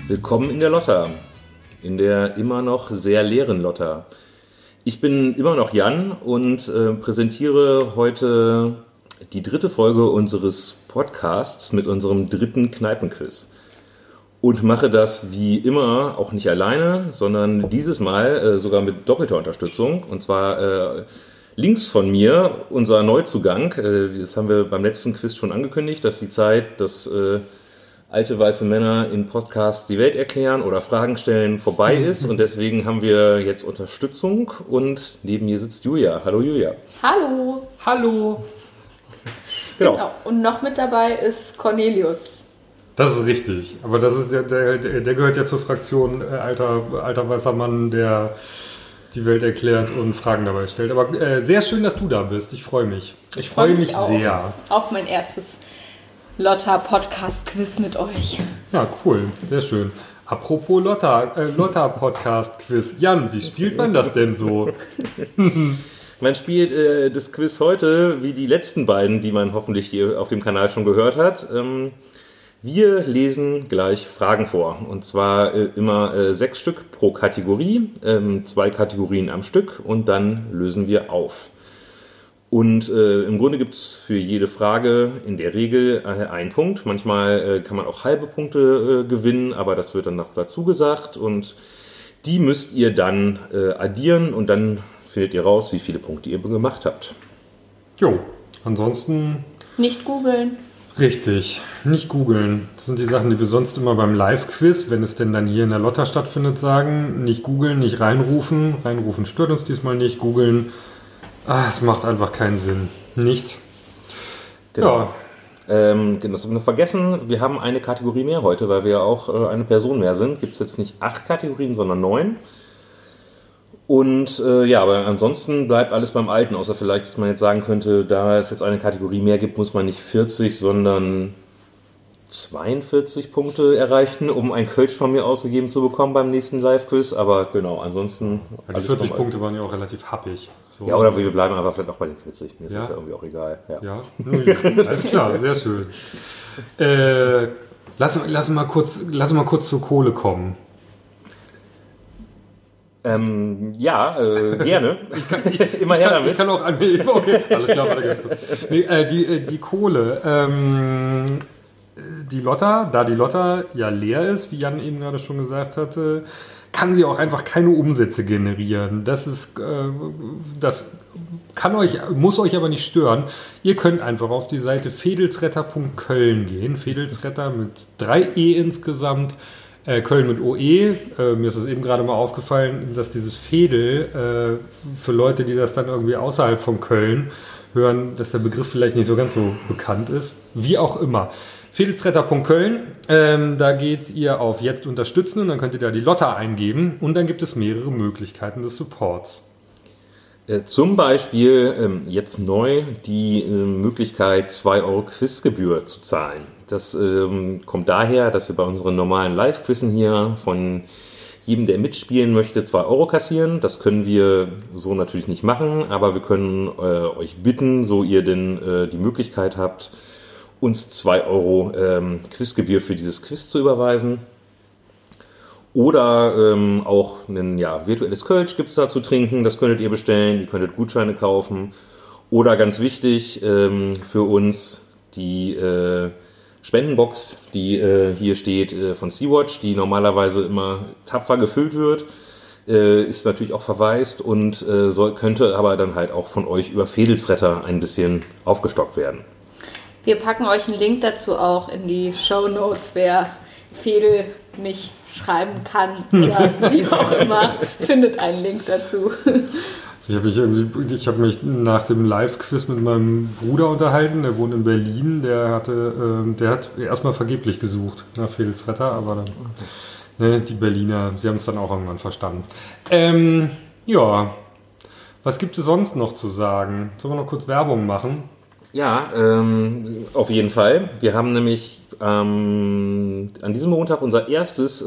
Willkommen in der Lotta, in der immer noch sehr leeren Lotta. Ich bin immer noch Jan und präsentiere heute die dritte Folge unseres Podcasts mit unserem dritten Kneipenquiz. Und mache das wie immer auch nicht alleine, sondern dieses Mal sogar mit doppelter Unterstützung. Und zwar links von mir unser Neuzugang. Das haben wir beim letzten Quiz schon angekündigt, dass die Zeit, dass alte weiße Männer in Podcasts die Welt erklären oder Fragen stellen, vorbei ist. Und deswegen haben wir jetzt Unterstützung. Und neben mir sitzt Julia. Hallo Julia. Hallo. Hallo. Genau. Und noch mit dabei ist Cornelius. Das ist richtig, aber das ist der gehört ja zur Fraktion alter weißer Mann, der die Welt erklärt und Fragen dabei stellt. Aber sehr schön, dass du da bist. Ich freue mich. Ich freue mich auch sehr. Auf mein erstes Lotta-Podcast-Quiz mit euch. Ja, cool. Sehr schön. Apropos Lotta-Podcast-Quiz. Jan, wie spielt man das denn so? Man spielt das Quiz heute wie die letzten beiden, die man hoffentlich hier auf dem Kanal schon gehört hat. Wir lesen gleich Fragen vor, und zwar immer 6 Stück pro Kategorie, 2 Kategorien am Stück, und dann lösen wir auf. Und im Grunde gibt es für jede Frage in der Regel einen Punkt. Manchmal kann man auch halbe Punkte gewinnen, aber das wird dann noch dazu gesagt, und die müsst ihr dann addieren, und dann findet ihr raus, wie viele Punkte ihr gemacht habt. Jo, ansonsten... Nicht googeln. Richtig, nicht googeln. Das sind die Sachen, die wir sonst immer beim Live-Quiz, wenn es denn dann hier in der Lotta stattfindet, sagen. Nicht googeln, nicht reinrufen. Reinrufen stört uns diesmal nicht. Googeln, es macht einfach keinen Sinn. Nicht? Genau. Ja. Das haben wir noch vergessen. Wir haben eine Kategorie mehr heute, weil wir ja auch eine Person mehr sind. Gibt es jetzt nicht 8 Kategorien, sondern 9. Und aber ansonsten bleibt alles beim Alten, außer vielleicht, dass man jetzt sagen könnte, da es jetzt eine Kategorie mehr gibt, muss man nicht 40, sondern 42 Punkte erreichen, um ein Kölsch von mir ausgegeben zu bekommen beim nächsten Live-Quiz. Aber genau, ansonsten... Ja, die 40 Punkte waren ja auch relativ happig. So. Ja, oder wir bleiben einfach vielleicht auch bei den 40. Mir ist ja? das ja irgendwie auch egal. Ja, alles klar, sehr schön. Lass mal kurz zur Kohle kommen. Gerne. Ich kann auch okay, alles klar, warte ganz kurz. Nee, die Kohle. Die Lotta, da die Lotta ja leer ist, wie Jan eben gerade schon gesagt hatte, kann sie auch einfach keine Umsätze generieren. Das muss euch aber nicht stören. Ihr könnt einfach auf die Seite fedelsretter.köln gehen. Fedelsretter mit 3 E insgesamt. Köln mit OE. Mir ist es eben gerade mal aufgefallen, dass dieses Fedel für Leute, die das dann irgendwie außerhalb von Köln hören, dass der Begriff vielleicht nicht so ganz so bekannt ist. Wie auch immer. Fedelsretter.köln, da geht ihr auf Jetzt unterstützen, und dann könnt ihr da die Lotta eingeben, und dann gibt es mehrere Möglichkeiten des Supports. Zum Beispiel jetzt neu die Möglichkeit, 2 Euro Quizgebühr zu zahlen. Das kommt daher, dass wir bei unseren normalen Live-Quizzen hier von jedem, der mitspielen möchte, 2 Euro kassieren. Das können wir so natürlich nicht machen, aber wir können euch bitten, so ihr denn die Möglichkeit habt, uns 2 Euro Quizgebühr für dieses Quiz zu überweisen. Oder auch ein virtuelles Kölsch gibt es da zu trinken, das könntet ihr bestellen, ihr könntet Gutscheine kaufen. Oder ganz wichtig für uns die Spendenbox, die hier steht von Sea-Watch, die normalerweise immer tapfer gefüllt wird, ist natürlich auch verwaist und könnte aber dann halt auch von euch über Fedelsretter ein bisschen aufgestockt werden. Wir packen euch einen Link dazu auch in die Shownotes, wer Fedel nicht schreiben kann oder wie auch immer, findet einen Link dazu. Ich habe mich nach dem Live-Quiz mit meinem Bruder unterhalten, der wohnt in Berlin, der hat erstmal vergeblich gesucht nach Fedelsretter, aber dann, die Berliner, sie haben es dann auch irgendwann verstanden. Was gibt es sonst noch zu sagen? Sollen wir noch kurz Werbung machen? Ja, auf jeden Fall. Wir haben nämlich an diesem Montag unser erstes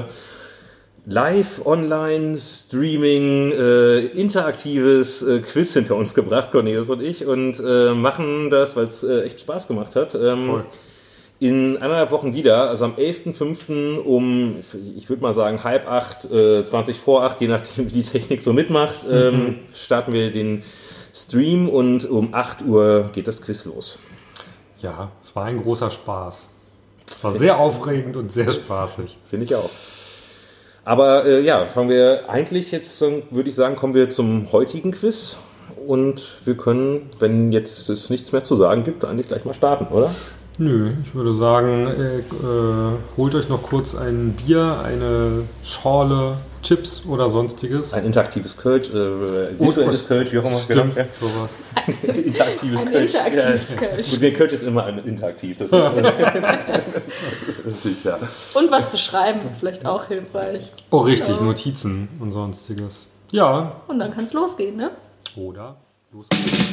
Live-Online-Streaming, interaktives Quiz hinter uns gebracht, Cornelius und ich, und machen das, weil es echt Spaß gemacht hat. in 1,5 Wochen wieder, also am 11.05. um, ich würde mal sagen, 7:30, 20 vor 8, je nachdem, wie die Technik so mitmacht, starten wir den Stream und um 8 Uhr geht das Quiz los. Ja, es war ein großer Spaß. Es war sehr aufregend und sehr spaßig. Finde ich auch. Aber fangen wir eigentlich jetzt, würde ich sagen, kommen wir zum heutigen Quiz. Und wir können, wenn jetzt es nichts mehr zu sagen gibt, eigentlich gleich mal starten, oder? Nö, ich würde sagen, holt euch noch kurz ein Bier, eine Schorle, Chips oder sonstiges. Ein interaktives Kölsch, virtuelles Kölsch, wie auch immer. Stimmt, genau. sowas. Interaktives Ein Kölsch. interaktives Kölsch. Gut, der Kölsch ist immer interaktiv, das ist natürlich klar. Und was zu schreiben ist vielleicht auch hilfreich. Oh, richtig, Notizen und sonstiges. Ja. Und dann kann es losgehen, ne? Oder los geht's.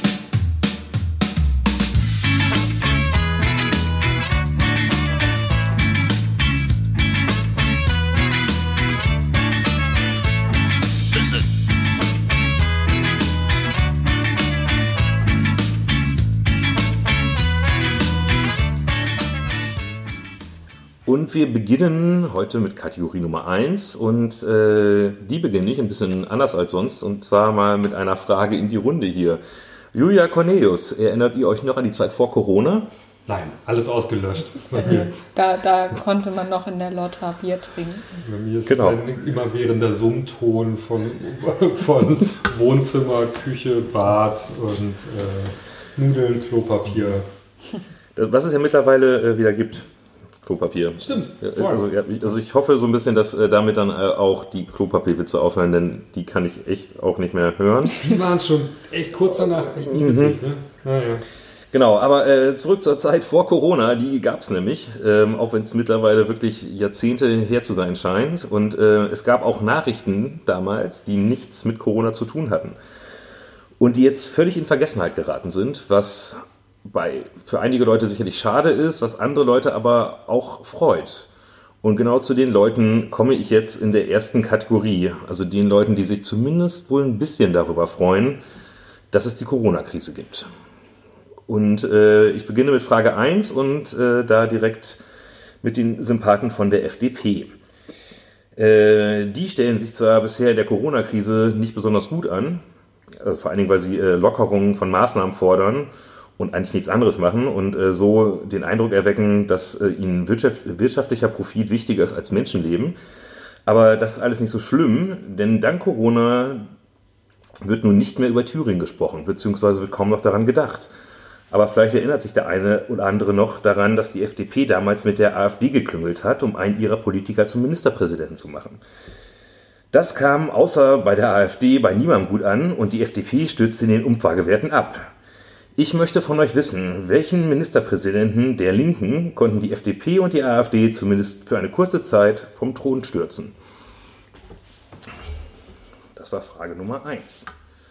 Und wir beginnen heute mit Kategorie Nummer 1 und die beginne ich ein bisschen anders als sonst und zwar mal mit einer Frage in die Runde hier. Julia Cornelius, erinnert ihr euch noch an die Zeit vor Corona? Nein, alles ausgelöscht. Da konnte man noch in der Lotta Bier trinken. Bei mir ist Genau. es ein immerwährender Summton von Wohnzimmer, Küche, Bad und Nudeln, Klopapier. Was es ja mittlerweile wieder gibt. Klopapier. Stimmt. Also ich hoffe so ein bisschen, dass damit dann auch die Klopapierwitze aufhören, denn die kann ich echt auch nicht mehr hören. Die waren schon echt kurz danach echt nicht witzig, ne? Naja. Genau, aber zurück zur Zeit vor Corona, die gab es nämlich, auch wenn es mittlerweile wirklich Jahrzehnte her zu sein scheint. Und es gab auch Nachrichten damals, die nichts mit Corona zu tun hatten. Und die jetzt völlig in Vergessenheit geraten sind, was für einige Leute sicherlich schade ist, was andere Leute aber auch freut. Und genau zu den Leuten komme ich jetzt in der ersten Kategorie, also den Leuten, die sich zumindest wohl ein bisschen darüber freuen, dass es die Corona-Krise gibt. Und ich beginne mit Frage 1 und da direkt mit den Sympathen von der FDP. Die stellen sich zwar bisher in der Corona-Krise nicht besonders gut an, also vor allen Dingen, weil sie Lockerungen von Maßnahmen fordern und eigentlich nichts anderes machen und so den Eindruck erwecken, dass ihnen wirtschaftlicher Profit wichtiger ist als Menschenleben. Aber das ist alles nicht so schlimm, denn dank Corona wird nun nicht mehr über Thüringen gesprochen, beziehungsweise wird kaum noch daran gedacht. Aber vielleicht erinnert sich der eine oder andere noch daran, dass die FDP damals mit der AfD geklüngelt hat, um einen ihrer Politiker zum Ministerpräsidenten zu machen. Das kam außer bei der AfD bei niemandem gut an und die FDP stürzte in den Umfragewerten ab. Ich möchte von euch wissen, welchen Ministerpräsidenten der Linken konnten die FDP und die AfD zumindest für eine kurze Zeit vom Thron stürzen? Das war Frage Nummer 1.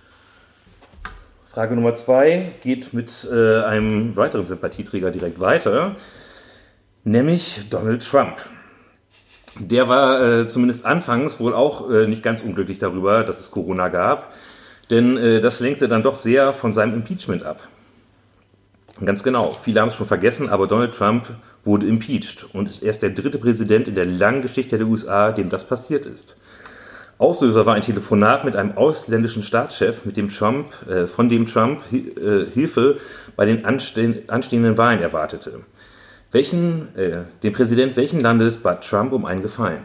Frage Nummer 2 geht mit einem weiteren Sympathieträger direkt weiter, nämlich Donald Trump. Der war zumindest anfangs wohl auch nicht ganz unglücklich darüber, dass es Corona gab, denn das lenkte dann doch sehr von seinem Impeachment ab. Ganz genau, viele haben es schon vergessen, aber Donald Trump wurde impeached und ist erst der 3. Präsident in der langen Geschichte der USA, dem das passiert ist. Auslöser war ein Telefonat mit einem ausländischen Staatschef, von dem Trump Hilfe bei den anstehenden Wahlen erwartete. Den Präsident welchen Landes bat Trump um einen Gefallen?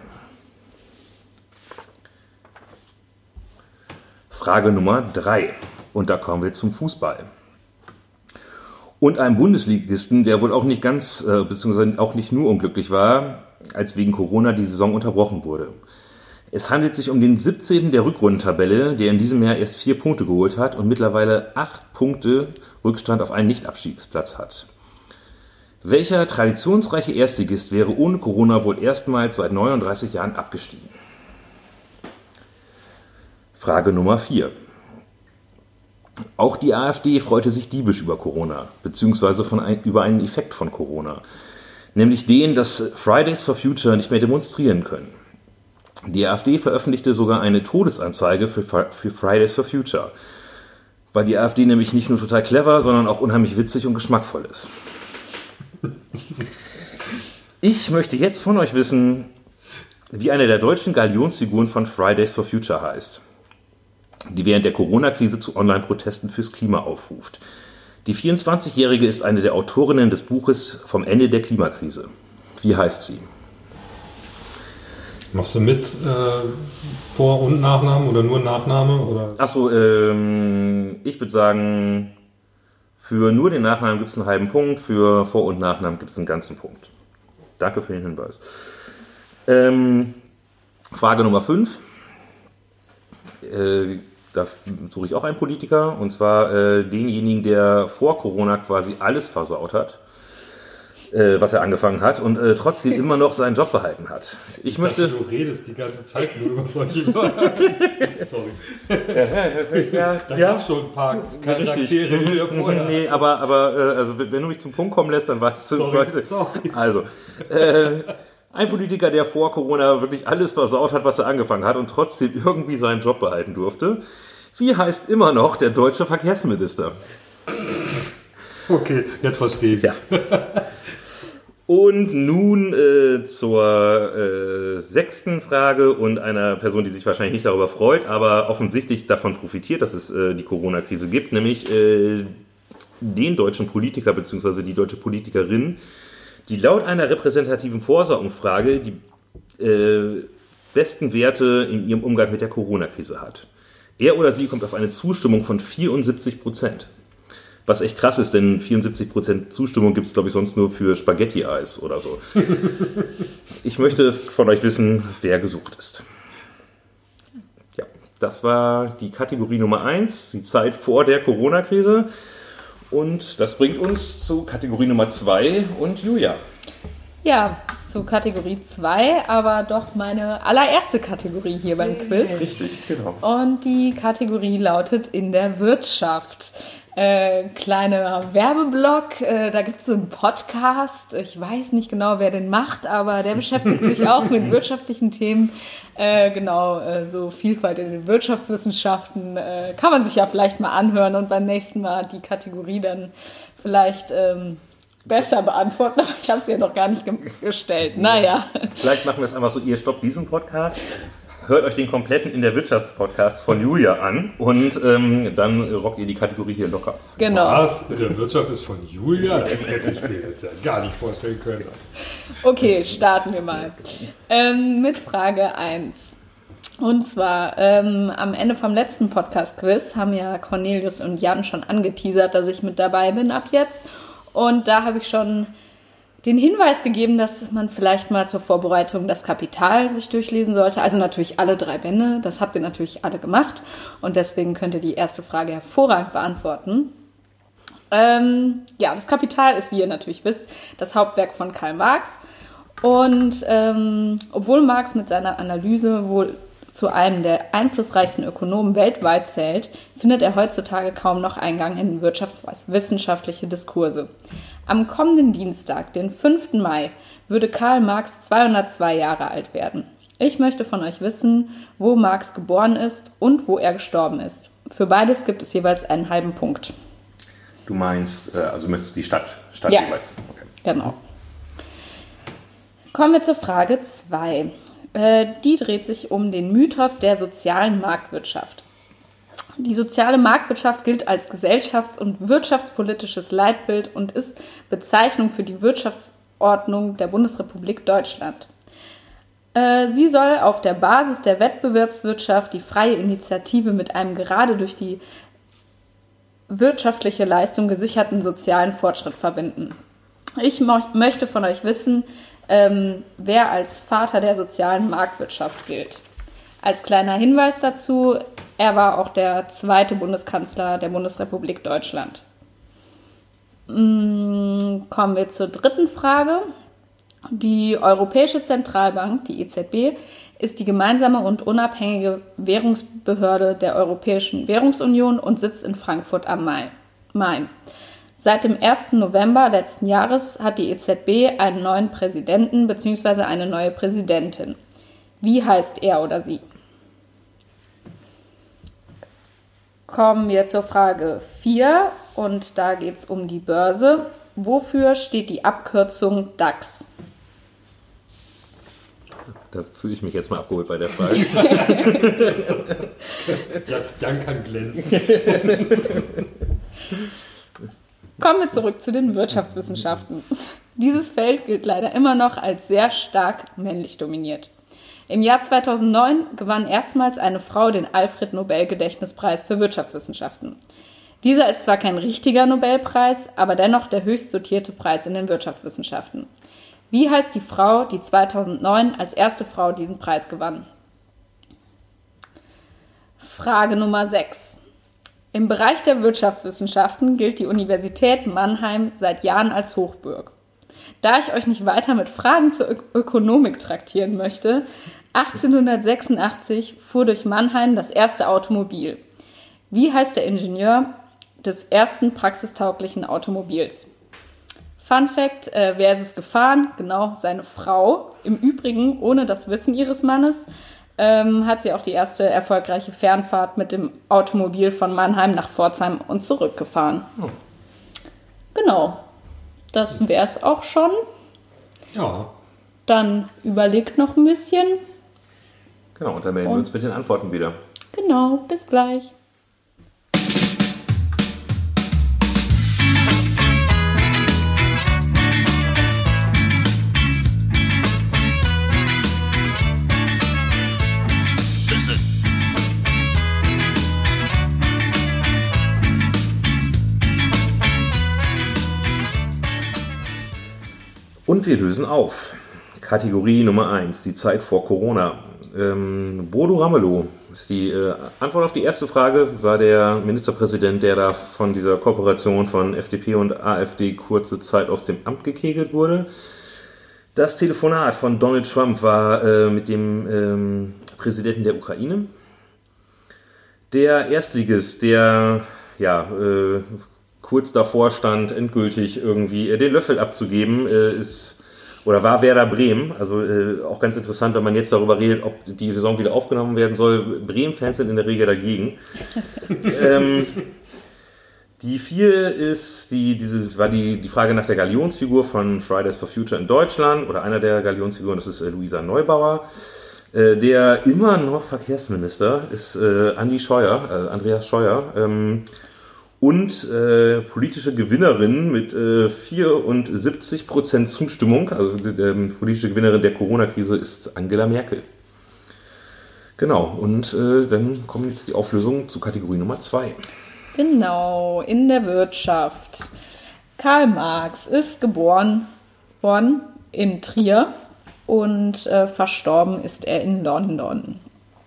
Frage Nummer 3. Und da kommen wir zum Fußball. Und einem Bundesligisten, der wohl auch nicht ganz, beziehungsweise auch nicht nur unglücklich war, als wegen Corona die Saison unterbrochen wurde. Es handelt sich um den 17. der Rückrundentabelle, der in diesem Jahr erst 4 Punkte geholt hat und mittlerweile 8 Punkte Rückstand auf einen Nicht-Abstiegsplatz hat. Welcher traditionsreiche Erstligist wäre ohne Corona wohl erstmals seit 39 Jahren abgestiegen? Frage Nummer 4. Auch die AfD freute sich diebisch über Corona, beziehungsweise über einen Effekt von Corona, nämlich den, dass Fridays for Future nicht mehr demonstrieren können. Die AfD veröffentlichte sogar eine Todesanzeige für Fridays for Future, weil die AfD nämlich nicht nur total clever, sondern auch unheimlich witzig und geschmackvoll ist. Ich möchte jetzt von euch wissen, wie eine der deutschen Galionsfiguren von Fridays for Future heißt, die während der Corona-Krise zu Online-Protesten fürs Klima aufruft. Die 24-Jährige ist eine der Autorinnen des Buches Vom Ende der Klimakrise. Wie heißt sie? Machst du mit Vor- und Nachnamen oder nur Nachname? Oder? Achso, ich würde sagen, für nur den Nachnamen gibt es einen halben Punkt, für Vor- und Nachnamen gibt es einen ganzen Punkt. Danke für den Hinweis. Frage Nummer 5. Da suche ich auch einen Politiker, und zwar denjenigen, der vor Corona quasi alles versaut hat, was er angefangen hat, und trotzdem immer noch seinen Job behalten hat. Ich möchte. Du redest die ganze Zeit nur über solche Leute. Sorry. Da gab es schon ein paar Charaktere, die wir vorher. Nee, aber also, wenn du mich zum Punkt kommen lässt, dann weißt du. Sorry. Also, ein Politiker, der vor Corona wirklich alles versaut hat, was er angefangen hat, und trotzdem irgendwie seinen Job behalten durfte. Wie heißt immer noch der deutsche Verkehrsminister? Okay, jetzt verstehe ich. Ja. Und nun zur 6. Frage und einer Person, die sich wahrscheinlich nicht darüber freut, aber offensichtlich davon profitiert, dass es die Corona-Krise gibt, nämlich den deutschen Politiker bzw. die deutsche Politikerin, die laut einer repräsentativen Forsa-Umfrage die besten Werte in ihrem Umgang mit der Corona-Krise hat. Er oder sie kommt auf eine Zustimmung von 74%. Was echt krass ist, denn 74% Zustimmung gibt es, glaube ich, sonst nur für Spaghetti-Eis oder so. Ich möchte von euch wissen, wer gesucht ist. Ja, das war die Kategorie Nummer 1, die Zeit vor der Corona-Krise. Und das bringt uns zu Kategorie Nummer 2 und Julia. Ja, zu Kategorie 2, aber doch meine allererste Kategorie hier beim Quiz. Richtig, genau. Und die Kategorie lautet in der Wirtschaft. Kleiner Werbeblock, da gibt es so einen Podcast, ich weiß nicht genau, wer den macht, aber der beschäftigt sich auch mit wirtschaftlichen Themen, so Vielfalt in den Wirtschaftswissenschaften, kann man sich ja vielleicht mal anhören und beim nächsten Mal die Kategorie dann vielleicht besser beantworten, aber ich habe es ja noch gar nicht gestellt, naja. Vielleicht machen wir es einfach so, ihr stoppt diesen Podcast. Hört euch den kompletten in der Wirtschaftspodcast von Julia an und dann rockt ihr die Kategorie hier locker. Genau. Was? In der Wirtschaft ist von Julia? Das hätte ich mir jetzt ja gar nicht vorstellen können. Okay, starten wir mal mit Frage 1. Und zwar am Ende vom letzten Podcast-Quiz haben ja Cornelius und Jan schon angeteasert, dass ich mit dabei bin ab jetzt. Und da habe ich schon den Hinweis gegeben, dass man vielleicht mal zur Vorbereitung das Kapital sich durchlesen sollte. Also natürlich alle 3 Bände, das habt ihr natürlich alle gemacht. Und deswegen könnt ihr die erste Frage hervorragend beantworten. Das Kapital ist, wie ihr natürlich wisst, das Hauptwerk von Karl Marx. Und obwohl Marx mit seiner Analyse wohl zu einem der einflussreichsten Ökonomen weltweit zählt, findet er heutzutage kaum noch Eingang in wirtschaftswissenschaftliche Diskurse. Am kommenden Dienstag, den 5. Mai, würde Karl Marx 202 Jahre alt werden. Ich möchte von euch wissen, wo Marx geboren ist und wo er gestorben ist. Für beides gibt es jeweils einen halben Punkt. Du meinst, also möchtest du die Stadt ja, jeweils? Okay. Genau. Kommen wir zur Frage 2. Die dreht sich um den Mythos der sozialen Marktwirtschaft. Die soziale Marktwirtschaft gilt als gesellschafts- und wirtschaftspolitisches Leitbild und ist Bezeichnung für die Wirtschaftsordnung der Bundesrepublik Deutschland. Sie soll auf der Basis der Wettbewerbswirtschaft die freie Initiative mit einem gerade durch die wirtschaftliche Leistung gesicherten sozialen Fortschritt verbinden. Ich möchte von euch wissen, wer als Vater der sozialen Marktwirtschaft gilt. Als kleiner Hinweis dazu, er war auch der 2. Bundeskanzler der Bundesrepublik Deutschland. Kommen wir zur 3. Frage. Die Europäische Zentralbank, die EZB, ist die gemeinsame und unabhängige Währungsbehörde der Europäischen Währungsunion und sitzt in Frankfurt am Main. Seit dem 1. November letzten Jahres hat die EZB einen neuen Präsidenten bzw. eine neue Präsidentin. Wie heißt er oder sie? Kommen wir zur Frage 4 und da geht es um die Börse. Wofür steht die Abkürzung DAX? Da fühle ich mich jetzt mal abgeholt bei der Frage. Ja, Jan kann glänzen. Kommen wir zurück zu den Wirtschaftswissenschaften. Dieses Feld gilt leider immer noch als sehr stark männlich dominiert. Im Jahr 2009 gewann erstmals eine Frau den Alfred-Nobel-Gedächtnispreis für Wirtschaftswissenschaften. Dieser ist zwar kein richtiger Nobelpreis, aber dennoch der höchst dotierte Preis in den Wirtschaftswissenschaften. Wie heißt die Frau, die 2009 als erste Frau diesen Preis gewann? Frage Nummer 6. Im Bereich der Wirtschaftswissenschaften gilt die Universität Mannheim seit Jahren als Hochburg. Da ich euch nicht weiter mit Fragen zur Ökonomik traktieren möchte, 1886 fuhr durch Mannheim das erste Automobil. Wie heißt der Ingenieur des ersten praxistauglichen Automobils? Fun Fact, wer ist es gefahren? Genau, seine Frau. Im Übrigen, ohne das Wissen ihres Mannes, hat sie auch die erste erfolgreiche Fernfahrt mit dem Automobil von Mannheim nach Pforzheim und zurückgefahren. Oh. Genau, das wäre es auch schon. Ja. Dann überlegt noch ein bisschen. Genau, und dann melden wir uns mit den Antworten wieder. Genau, bis gleich. Und wir lösen auf. Kategorie Nummer 1, die Zeit vor Corona. Bodo Ramelow ist die Antwort auf die erste Frage, war der Ministerpräsident, der da von dieser Kooperation von FDP und AfD kurze Zeit aus dem Amt gekegelt wurde. Das Telefonat von Donald Trump war mit dem Präsidenten der Ukraine. Der Erstligist, der kurz davor stand, endgültig irgendwie den Löffel abzugeben, war Werder Bremen. Also auch ganz interessant, wenn man jetzt darüber redet, ob die Saison wieder aufgenommen werden soll. Bremen-Fans sind in der Regel dagegen. Die 4 ist die Frage nach der Galionsfigur von Fridays for Future in Deutschland oder einer der Galionsfiguren, das ist Luisa Neubauer. Der immer noch Verkehrsminister ist Andreas Scheuer. Und politische Gewinnerin mit 74% Zustimmung, also politische Gewinnerin der Corona-Krise ist Angela Merkel. Genau, und dann kommen jetzt die Auflösungen zu Kategorie Nummer 2. Genau, in der Wirtschaft. Karl Marx ist geboren worden in Trier und verstorben ist er in London.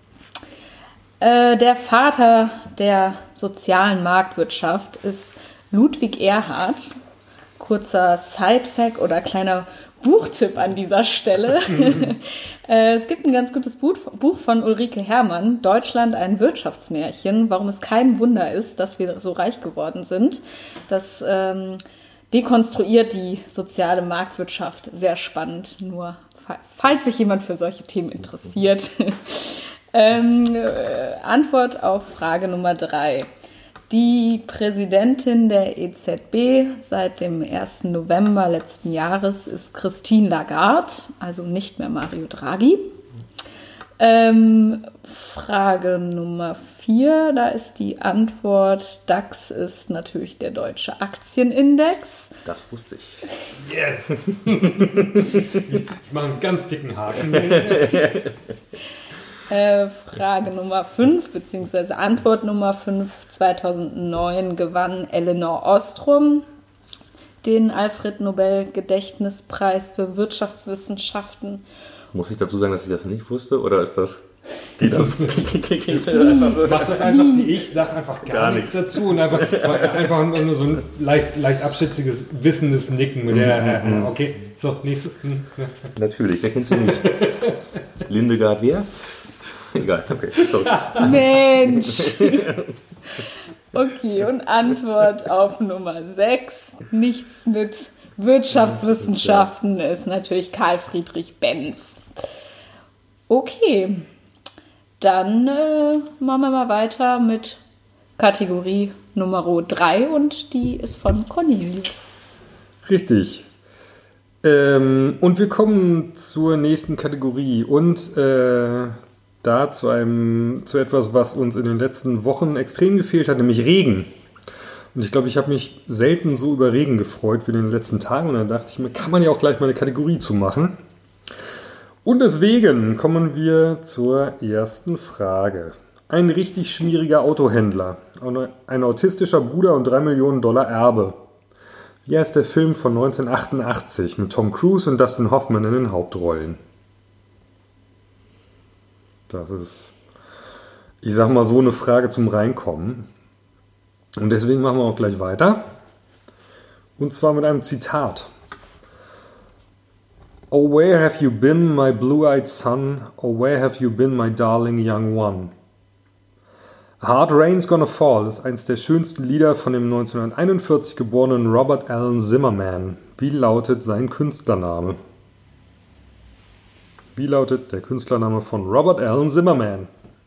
Der Vater der sozialen Marktwirtschaft ist Ludwig Erhard. Kurzer Side-Fact oder kleiner Buchtipp an dieser Stelle. Es gibt ein ganz gutes Buch von Ulrike Herrmann, Deutschland ein Wirtschaftsmärchen, warum es kein Wunder ist, dass wir so reich geworden sind. Das dekonstruiert die soziale Marktwirtschaft sehr spannend, nur falls sich jemand für solche Themen interessiert. Antwort auf Frage Nummer 3. Die Präsidentin der EZB seit dem 1. November letzten Jahres ist Christine Lagarde, also nicht mehr Mario Draghi. Frage Nummer 4, da ist die Antwort, DAX ist natürlich der deutsche Aktienindex. Das wusste ich. Yes! Ich mache einen ganz dicken Haken. Frage Nummer 5, beziehungsweise Antwort Nummer 5. 2009 gewann Elinor Ostrom den Alfred-Nobel-Gedächtnispreis für Wirtschaftswissenschaften. Muss ich dazu sagen, dass ich das nicht wusste? Oder ist das... Geht das? Mach das einfach wie ich, sag einfach gar nichts dazu und einfach nur so ein leicht abschätziges, wissendes Nicken mit der, okay, so, nächstes. Natürlich, wer kennt sie nicht? Lindegard wer? Egal, okay, sorry. Mensch! Okay, und Antwort auf Nummer 6. Nichts mit Wirtschaftswissenschaften ist natürlich Karl Friedrich Benz. Okay, dann machen wir mal weiter mit Kategorie Nummer 3 und die ist von Cornelia. Richtig. Und wir kommen zur nächsten Kategorie und da zu etwas, was uns in den letzten Wochen extrem gefehlt hat, nämlich Regen. Und ich glaube, ich habe mich selten so über Regen gefreut wie in den letzten Tagen. Und dann dachte ich mir, kann man ja auch gleich mal eine Kategorie zu machen. Und deswegen kommen wir zur ersten Frage. Ein richtig schmieriger Autohändler, ein autistischer Bruder und $3 Millionen Erbe. Wie heißt der Film von 1988 mit Tom Cruise und Dustin Hoffman in den Hauptrollen? Das ist, ich sag mal, so eine Frage zum Reinkommen. Und deswegen machen wir auch gleich weiter. Und zwar mit einem Zitat. Oh, where have you been, my blue-eyed son? Oh, where have you been, my darling young one? A Hard Rain's Gonna Fall ist eines der schönsten Lieder von dem 1941 geborenen Robert Allen Zimmerman. Wie lautet sein Künstlername? Wie lautet der Künstlername von Robert Allen Zimmerman?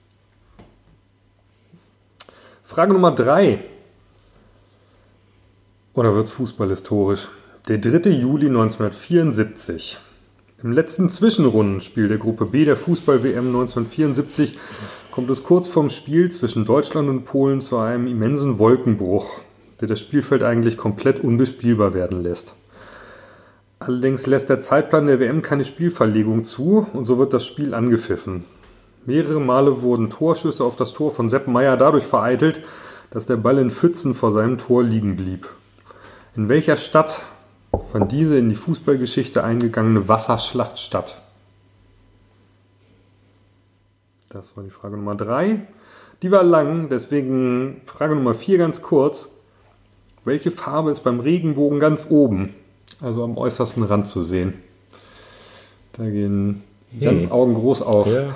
Frage Nummer 3. Oder wird's fußballhistorisch? Der 3. Juli 1974. Im letzten Zwischenrundenspiel der Gruppe B der Fußball-WM 1974 kommt es kurz vorm Spiel zwischen Deutschland und Polen zu einem immensen Wolkenbruch, der das Spielfeld eigentlich komplett unbespielbar werden lässt. Allerdings lässt der Zeitplan der WM keine Spielverlegung zu und so wird das Spiel angepfiffen. Mehrere Male wurden Torschüsse auf das Tor von Sepp Maier dadurch vereitelt, dass der Ball in Pfützen vor seinem Tor liegen blieb. In welcher Stadt fand diese in die Fußballgeschichte eingegangene Wasserschlacht statt? Das war die Frage Nummer 3. Die war lang, deswegen Frage Nummer 4 ganz kurz. Welche Farbe ist beim Regenbogen ganz oben, also am äußersten Rand zu sehen? Da gehen Jans Augen groß auf. Ja.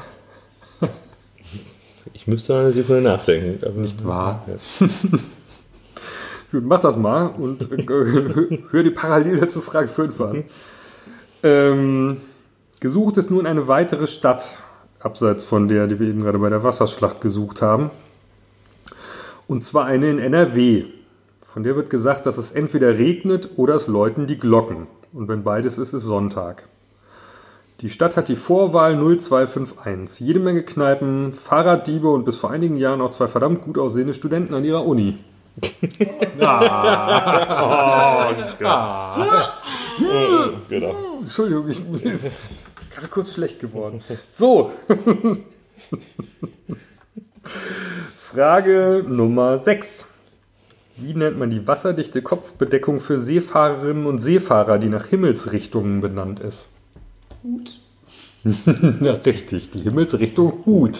Ich müsste noch eine Sekunde nachdenken. Aber nicht wahr? Ja. Gut, mach das mal und hör die parallel dazu Frage 5 an. Gesucht ist nun eine weitere Stadt, abseits von der, die wir eben gerade bei der Wasserschlacht gesucht haben. Und zwar eine in NRW. Von der wird gesagt, dass es entweder regnet oder es läuten die Glocken. Und wenn beides ist, ist Sonntag. Die Stadt hat die Vorwahl 0251. Jede Menge Kneipen, Fahrraddiebe und bis vor einigen Jahren auch 2 verdammt gut aussehende Studenten an ihrer Uni. Genau. Entschuldigung, ich bin gerade kurz schlecht geworden. So. Frage Nummer 6. Wie nennt man die wasserdichte Kopfbedeckung für Seefahrerinnen und Seefahrer, die nach Himmelsrichtungen benannt ist? Hut. Ja, richtig, die Himmelsrichtung Hut.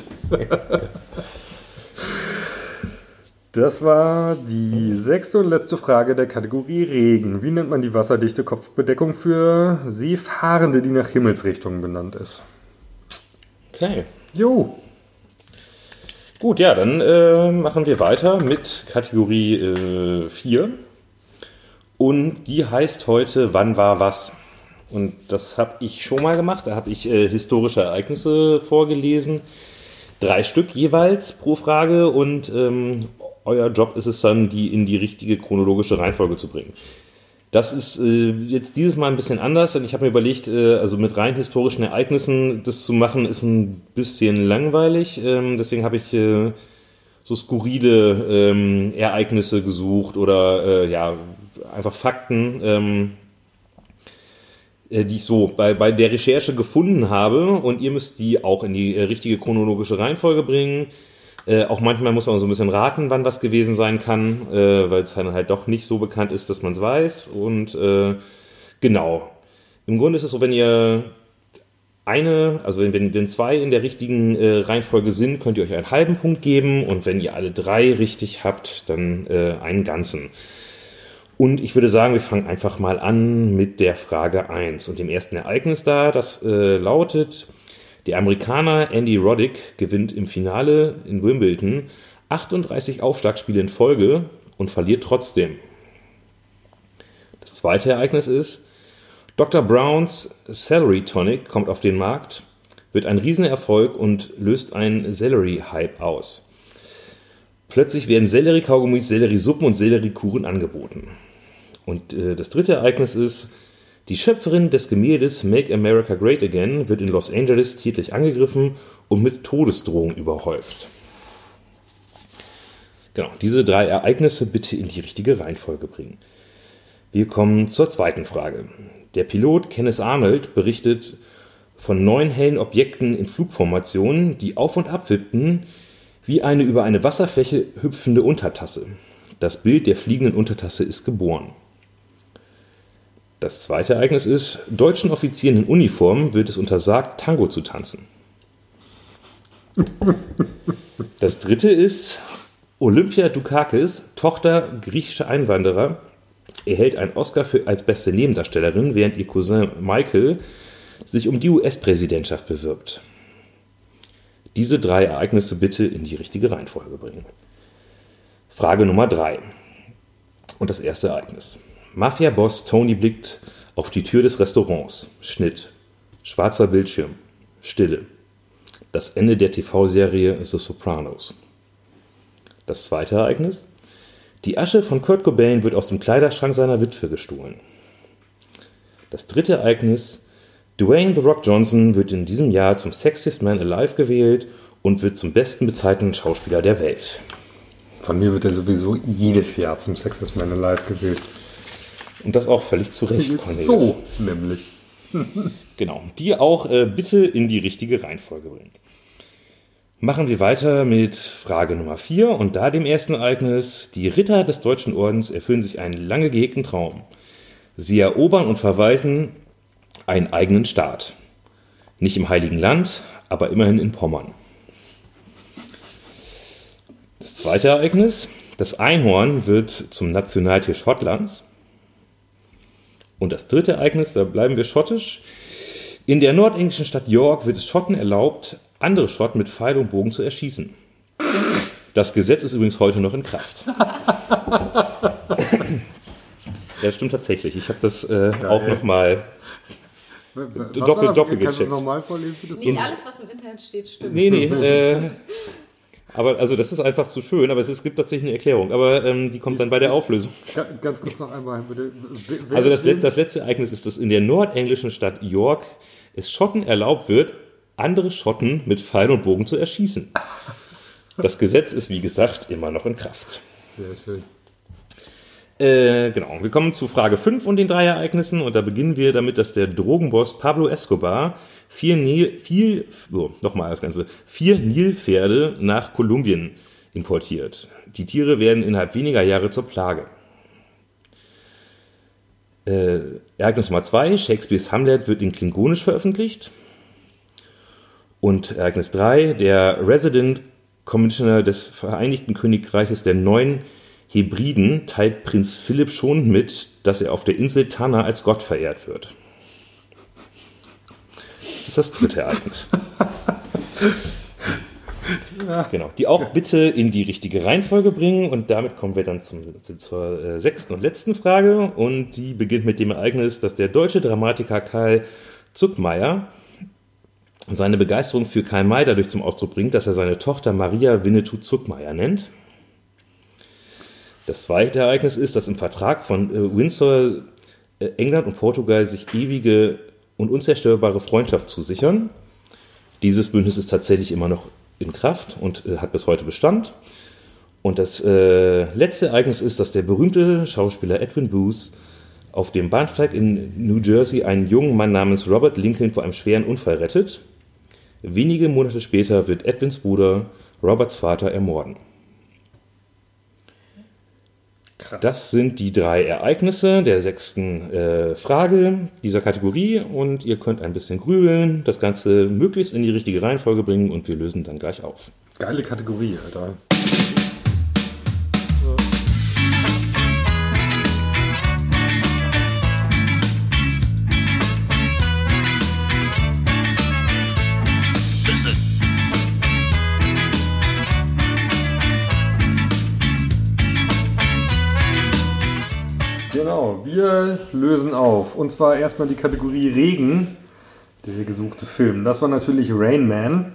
Das war die 6. und letzte Frage der Kategorie Regen. Wie nennt man die wasserdichte Kopfbedeckung für Seefahrende, die nach Himmelsrichtungen benannt ist? Okay. Jo. Gut, ja, dann machen wir weiter mit Kategorie 4. Und die heißt heute Wann war was? Und das habe ich schon mal gemacht. Da habe ich historische Ereignisse vorgelesen. 3 Stück jeweils pro Frage und euer Job ist es dann, die in die richtige chronologische Reihenfolge zu bringen. Das ist jetzt dieses Mal ein bisschen anders, denn ich habe mir überlegt, also mit rein historischen Ereignissen das zu machen, ist ein bisschen langweilig. Deswegen habe ich so skurrile Ereignisse gesucht oder ja, einfach Fakten, die ich so bei der Recherche gefunden habe. Und ihr müsst die auch in die richtige chronologische Reihenfolge bringen. Auch manchmal muss man so ein bisschen raten, wann was gewesen sein kann, weil es halt doch nicht so bekannt ist, dass man es weiß. Und genau. Im Grunde ist es so, wenn ihr wenn 2 in der richtigen Reihenfolge sind, könnt ihr euch einen halben Punkt geben. Und wenn ihr alle 3 richtig habt, dann einen ganzen. Und ich würde sagen, wir fangen einfach mal an mit der Frage 1 und dem ersten Ereignis da. Das lautet: Der Amerikaner Andy Roddick gewinnt im Finale in Wimbledon 38 Aufschlagspiele in Folge und verliert trotzdem. Das zweite Ereignis ist: Dr. Browns Celery Tonic kommt auf den Markt, wird ein Riesenerfolg und löst einen Sellerie-Hype aus. Plötzlich werden Sellerie-Kaugummis, Sellerie-Suppen und Sellerie-Kuchen angeboten. Und das dritte Ereignis ist: Die Schöpferin des Gemäldes Make America Great Again wird in Los Angeles tätlich angegriffen und mit Todesdrohungen überhäuft. Genau, diese 3 Ereignisse bitte in die richtige Reihenfolge bringen. Wir kommen zur zweiten Frage. Der Pilot Kenneth Arnold berichtet von 9 hellen Objekten in Flugformationen, die auf und ab wippten, wie eine über eine Wasserfläche hüpfende Untertasse. Das Bild der fliegenden Untertasse ist geboren. Das zweite Ereignis ist, deutschen Offizieren in Uniform wird es untersagt, Tango zu tanzen. Das dritte ist, Olympia Dukakis, Tochter griechischer Einwanderer, erhält einen Oscar als beste Nebendarstellerin, während ihr Cousin Michael sich um die US-Präsidentschaft bewirbt. Diese 3 Ereignisse bitte in die richtige Reihenfolge bringen. Frage Nummer 3. Und das erste Ereignis. Mafia-Boss Tony blickt auf die Tür des Restaurants. Schnitt. Schwarzer Bildschirm. Stille. Das Ende der TV-Serie The Sopranos. Das zweite Ereignis. Die Asche von Kurt Cobain wird aus dem Kleiderschrank seiner Witwe gestohlen. Das dritte Ereignis. Dwayne The Rock Johnson wird in diesem Jahr zum Sexiest Man Alive gewählt und wird zum besten bezahlten Schauspieler der Welt. Von mir wird er sowieso jedes Jahr zum Sexiest Man Alive gewählt. Und das auch völlig zu Recht, Cornelis. So, nämlich. Genau, die auch bitte in die richtige Reihenfolge bringen. Machen wir weiter mit Frage Nummer 4 und da dem ersten Ereignis. Die Ritter des Deutschen Ordens erfüllen sich einen lange gehegten Traum. Sie erobern und verwalten einen eigenen Staat. Nicht im Heiligen Land, aber immerhin in Pommern. Das zweite Ereignis. Das Einhorn wird zum Nationaltier Schottlands. Und das dritte Ereignis, da bleiben wir schottisch. In der nordenglischen Stadt York wird es Schotten erlaubt, andere Schotten mit Pfeil und Bogen zu erschießen. Das Gesetz ist übrigens heute noch in Kraft. Ja, stimmt tatsächlich. Ich habe das auch nochmal doppelt gecheckt. Nicht alles, was im Internet steht, stimmt. Nee. Aber also das ist einfach zu schön, aber es gibt tatsächlich eine Erklärung. Aber die kommt dann bei der Auflösung. Ganz kurz noch einmal, bitte. Also das letzte Ereignis ist, dass in der nordenglischen Stadt York es Schotten erlaubt wird, andere Schotten mit Pfeil und Bogen zu erschießen. Das Gesetz ist, wie gesagt, immer noch in Kraft. Sehr schön. Genau, wir kommen zu Frage 5 und den 3 Ereignissen und da beginnen wir damit, dass der Drogenboss Pablo Escobar 4 Nilpferde nach Kolumbien importiert. Die Tiere werden innerhalb weniger Jahre zur Plage. Ereignis Nummer 2, Shakespeares Hamlet wird in Klingonisch veröffentlicht. Und Ereignis 3, der Resident Commissioner des Vereinigten Königreiches der 9 Hebriden teilt Prinz Philipp schon mit, dass er auf der Insel Tanna als Gott verehrt wird. Das ist das dritte Ereignis. Genau, die auch bitte in die richtige Reihenfolge bringen und damit kommen wir dann zur 6. und letzten Frage und die beginnt mit dem Ereignis, dass der deutsche Dramatiker Karl Zuckmayer seine Begeisterung für Karl May dadurch zum Ausdruck bringt, dass er seine Tochter Maria Winnetou Zuckmayer nennt. Das zweite Ereignis ist, dass im Vertrag von Windsor England und Portugal sich ewige und unzerstörbare Freundschaft zusichern. Dieses Bündnis ist tatsächlich immer noch in Kraft und hat bis heute Bestand. Und das letzte Ereignis ist, dass der berühmte Schauspieler Edwin Booth auf dem Bahnsteig in New Jersey einen jungen Mann namens Robert Lincoln vor einem schweren Unfall rettet. Wenige Monate später wird Edwins Bruder Roberts Vater ermorden. Krass. Das sind die 3 Ereignisse der 6. Frage dieser Kategorie und ihr könnt ein bisschen grübeln, das Ganze möglichst in die richtige Reihenfolge bringen und wir lösen dann gleich auf. Geile Kategorie, Alter. Genau, wir lösen auf. Und zwar erstmal die Kategorie Regen, der gesuchte Film. Das war natürlich Rain Man.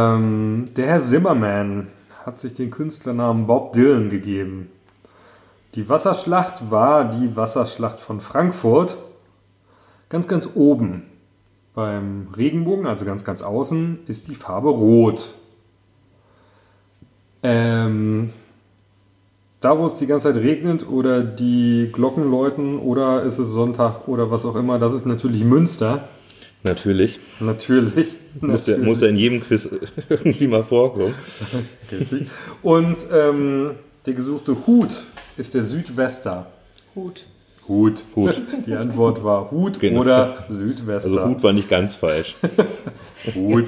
Der Herr Zimmerman hat sich den Künstlernamen Bob Dylan gegeben. Die Wasserschlacht war die Wasserschlacht von Frankfurt. Ganz, ganz oben beim Regenbogen, also ganz, ganz außen, ist die Farbe Rot. Da, wo es die ganze Zeit regnet oder die Glocken läuten oder ist es Sonntag oder was auch immer, das ist natürlich Münster. Natürlich. Natürlich. Muss ja in jedem Quiz irgendwie mal vorkommen. Richtig. Und der gesuchte Hut ist der Südwester. Hut. Die Antwort war Hut Genau. oder Südwester. Also Hut war nicht ganz falsch. Hut.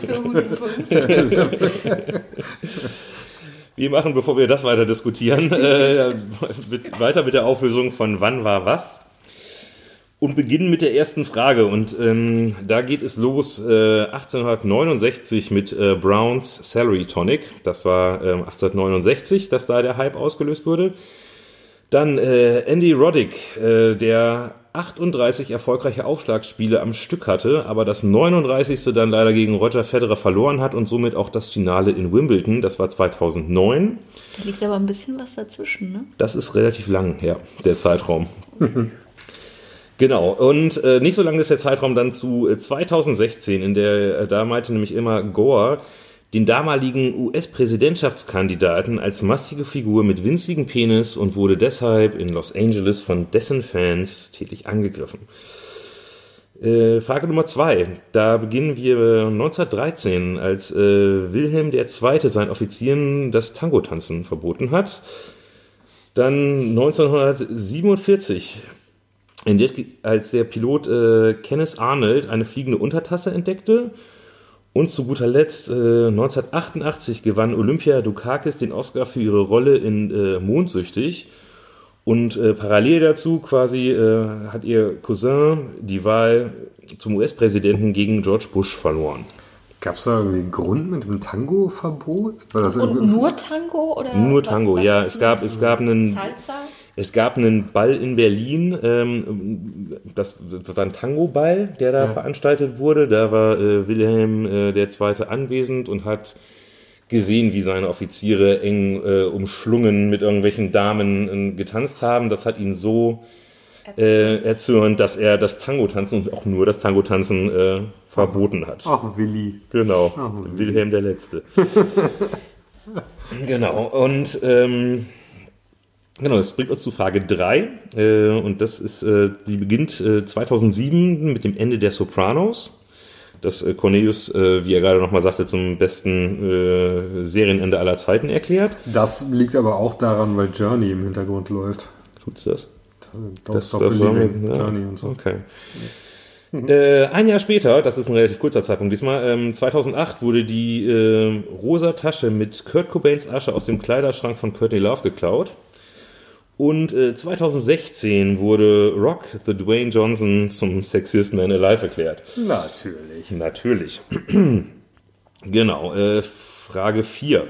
Wir machen, bevor wir das weiter diskutieren, weiter mit der Auflösung von wann war was. Und beginnen mit der ersten Frage. Und da geht es los 1869 mit Browns Celery Tonic. Das war 1869, dass da der Hype ausgelöst wurde. Dann Andy Roddick, der 38 erfolgreiche Aufschlagspiele am Stück hatte, aber das 39. dann leider gegen Roger Federer verloren hat und somit auch das Finale in Wimbledon. Das war 2009. Da liegt aber ein bisschen was dazwischen, ne? Das ist relativ lang, ja, der Zeitraum. Genau, und nicht so lang ist der Zeitraum dann zu 2016, in der da meinte nämlich immer Gore den damaligen US-Präsidentschaftskandidaten als massige Figur mit winzigem Penis und wurde deshalb in Los Angeles von dessen Fans tätlich angegriffen. Frage Nummer 2. Da beginnen wir 1913, als Wilhelm II. Seinen Offizieren das Tango-Tanzen verboten hat. Dann 1947, als der Pilot Kenneth Arnold eine fliegende Untertasse entdeckte. Und zu guter Letzt 1988 gewann Olympia Dukakis den Oscar für ihre Rolle in Mondsüchtig. Und parallel dazu quasi hat ihr Cousin die Wahl zum US-Präsidenten gegen George Bush verloren. Gab es da irgendwie einen Grund mit dem Tango-Verbot? Und nur Tango? Oder nur Tango, ja. Es gab einen... Salsa? Es gab einen Ball in Berlin, das war ein Tango-Ball, der da veranstaltet wurde. Da war Wilhelm II. Anwesend und hat gesehen, wie seine Offiziere eng umschlungen mit irgendwelchen Damen getanzt haben. Das hat ihn so erzürnt, dass er das Tango-Tanzen und auch nur das Tango-Tanzen verboten hat. Ach, Willi. Genau, Ach, Wilhelm der Letzte. Genau, und... Genau, das bringt uns zu Frage 3 und das ist, die beginnt 2007 mit dem Ende der Sopranos, das Cornelius, wie er gerade nochmal sagte, zum besten Serienende aller Zeiten erklärt. Das liegt aber auch daran, weil Journey im Hintergrund läuft. Tut's das? Das Doppelleben, ja, Journey und so. Okay. Ein Jahr später, das ist ein relativ kurzer Zeitpunkt diesmal, 2008 wurde die rosa Tasche mit Kurt Cobains Asche aus dem Kleiderschrank von Courtney Love geklaut. Und 2016 wurde Rock the Dwayne Johnson zum Sexiest Man Alive erklärt. Natürlich. Genau. Frage 4.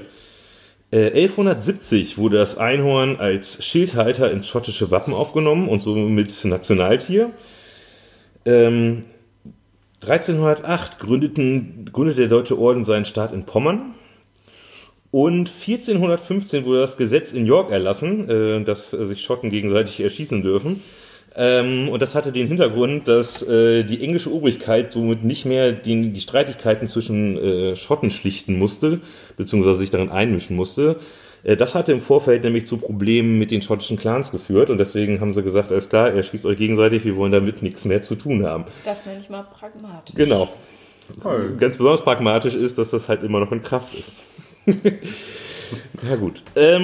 1170 wurde das Einhorn als Schildhalter ins schottische Wappen aufgenommen und somit Nationaltier. 1308 gründete der Deutsche Orden seinen Staat in Pommern. Und 1415 wurde das Gesetz in York erlassen, dass sich Schotten gegenseitig erschießen dürfen. Und das hatte den Hintergrund, dass die englische Obrigkeit somit nicht mehr die Streitigkeiten zwischen Schotten schlichten musste, beziehungsweise sich darin einmischen musste. Das hatte im Vorfeld nämlich zu Problemen mit den schottischen Clans geführt. Und deswegen haben sie gesagt, alles klar, erschießt euch gegenseitig, wir wollen damit nichts mehr zu tun haben. Das nenne ich mal pragmatisch. Genau. Ganz besonders pragmatisch ist, dass das halt immer noch in Kraft ist. Ja gut.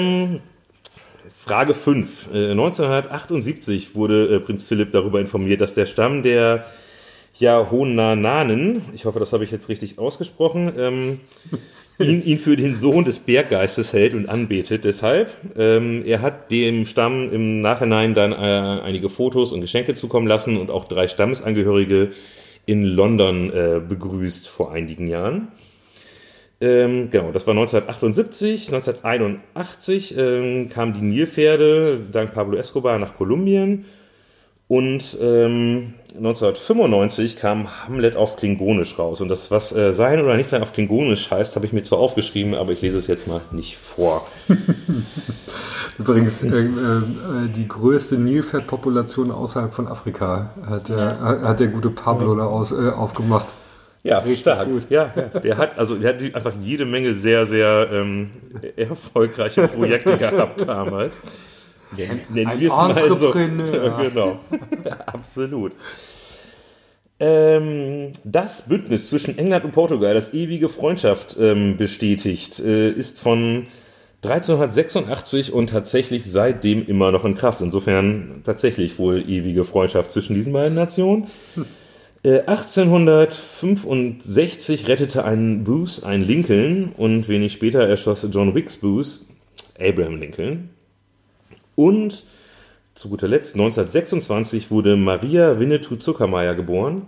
Frage 5. 1978 wurde Prinz Philipp darüber informiert, dass der Stamm der Yahonananen, ich hoffe, das habe ich jetzt richtig ausgesprochen, ihn für den Sohn des Berggeistes hält und anbetet. Deshalb, er hat dem Stamm im Nachhinein dann einige Fotos und Geschenke zukommen lassen und auch 3 Stammesangehörige in London begrüßt vor einigen Jahren. Genau, das war 1978. 1981 kamen die Nilpferde dank Pablo Escobar nach Kolumbien. Und 1995 kam Hamlet auf Klingonisch raus. Und das, was sein oder nicht sein auf Klingonisch heißt, habe ich mir zwar aufgeschrieben, aber ich lese es jetzt mal nicht vor. Übrigens, die größte Nilpferdpopulation außerhalb von Afrika hat der gute Pablo da aufgemacht. Ja, richtig stark. Gut. Ja. Der hat einfach jede Menge sehr, sehr erfolgreiche Projekte gehabt damals. Nennen wir es mal so. Genau. Ja, absolut. Das Bündnis zwischen England und Portugal, das ewige Freundschaft bestätigt, ist von 1386 und tatsächlich seitdem immer noch in Kraft. Insofern tatsächlich wohl ewige Freundschaft zwischen diesen beiden Nationen. 1865 rettete ein Booth ein Lincoln und wenig später erschoss John Wilkes Booth Abraham Lincoln. Und zu guter Letzt 1926 wurde Maria Winnetou Zuckmeier geboren,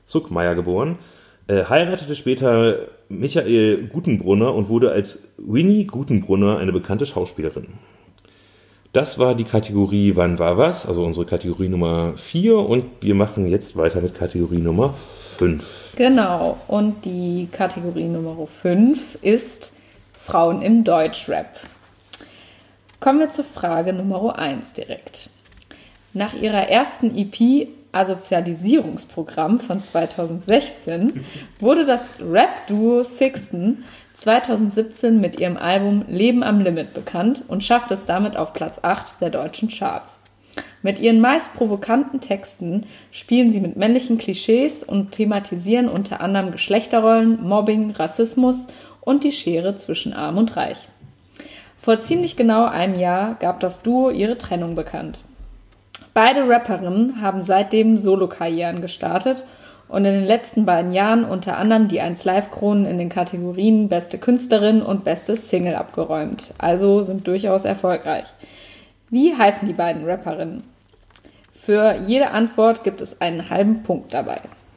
heiratete später Michael Gutenbrunner und wurde als Winnie Gutenbrunner eine bekannte Schauspielerin. Das war die Kategorie Wann war was, also unsere Kategorie Nummer 4 und wir machen jetzt weiter mit Kategorie Nummer 5. Genau, und die Kategorie Nummer 5 ist Frauen im Deutschrap. Kommen wir zur Frage Nummer 1 direkt. Nach ihrer ersten EP Asozialisierungsprogramm von 2016 wurde das Rap-Duo Sixten 2017 mit ihrem Album Leben am Limit bekannt und schafft es damit auf Platz 8 der deutschen Charts. Mit ihren meist provokanten Texten spielen sie mit männlichen Klischees und thematisieren unter anderem Geschlechterrollen, Mobbing, Rassismus und die Schere zwischen Arm und Reich. Vor ziemlich genau einem Jahr gab das Duo ihre Trennung bekannt. Beide Rapperinnen haben seitdem Solokarrieren gestartet und in den letzten beiden Jahren unter anderem die 1Live-Kronen in den Kategorien Beste Künstlerin und Beste Single abgeräumt, also sind durchaus erfolgreich. Wie heißen die beiden Rapperinnen? Für jede Antwort gibt es einen halben Punkt dabei.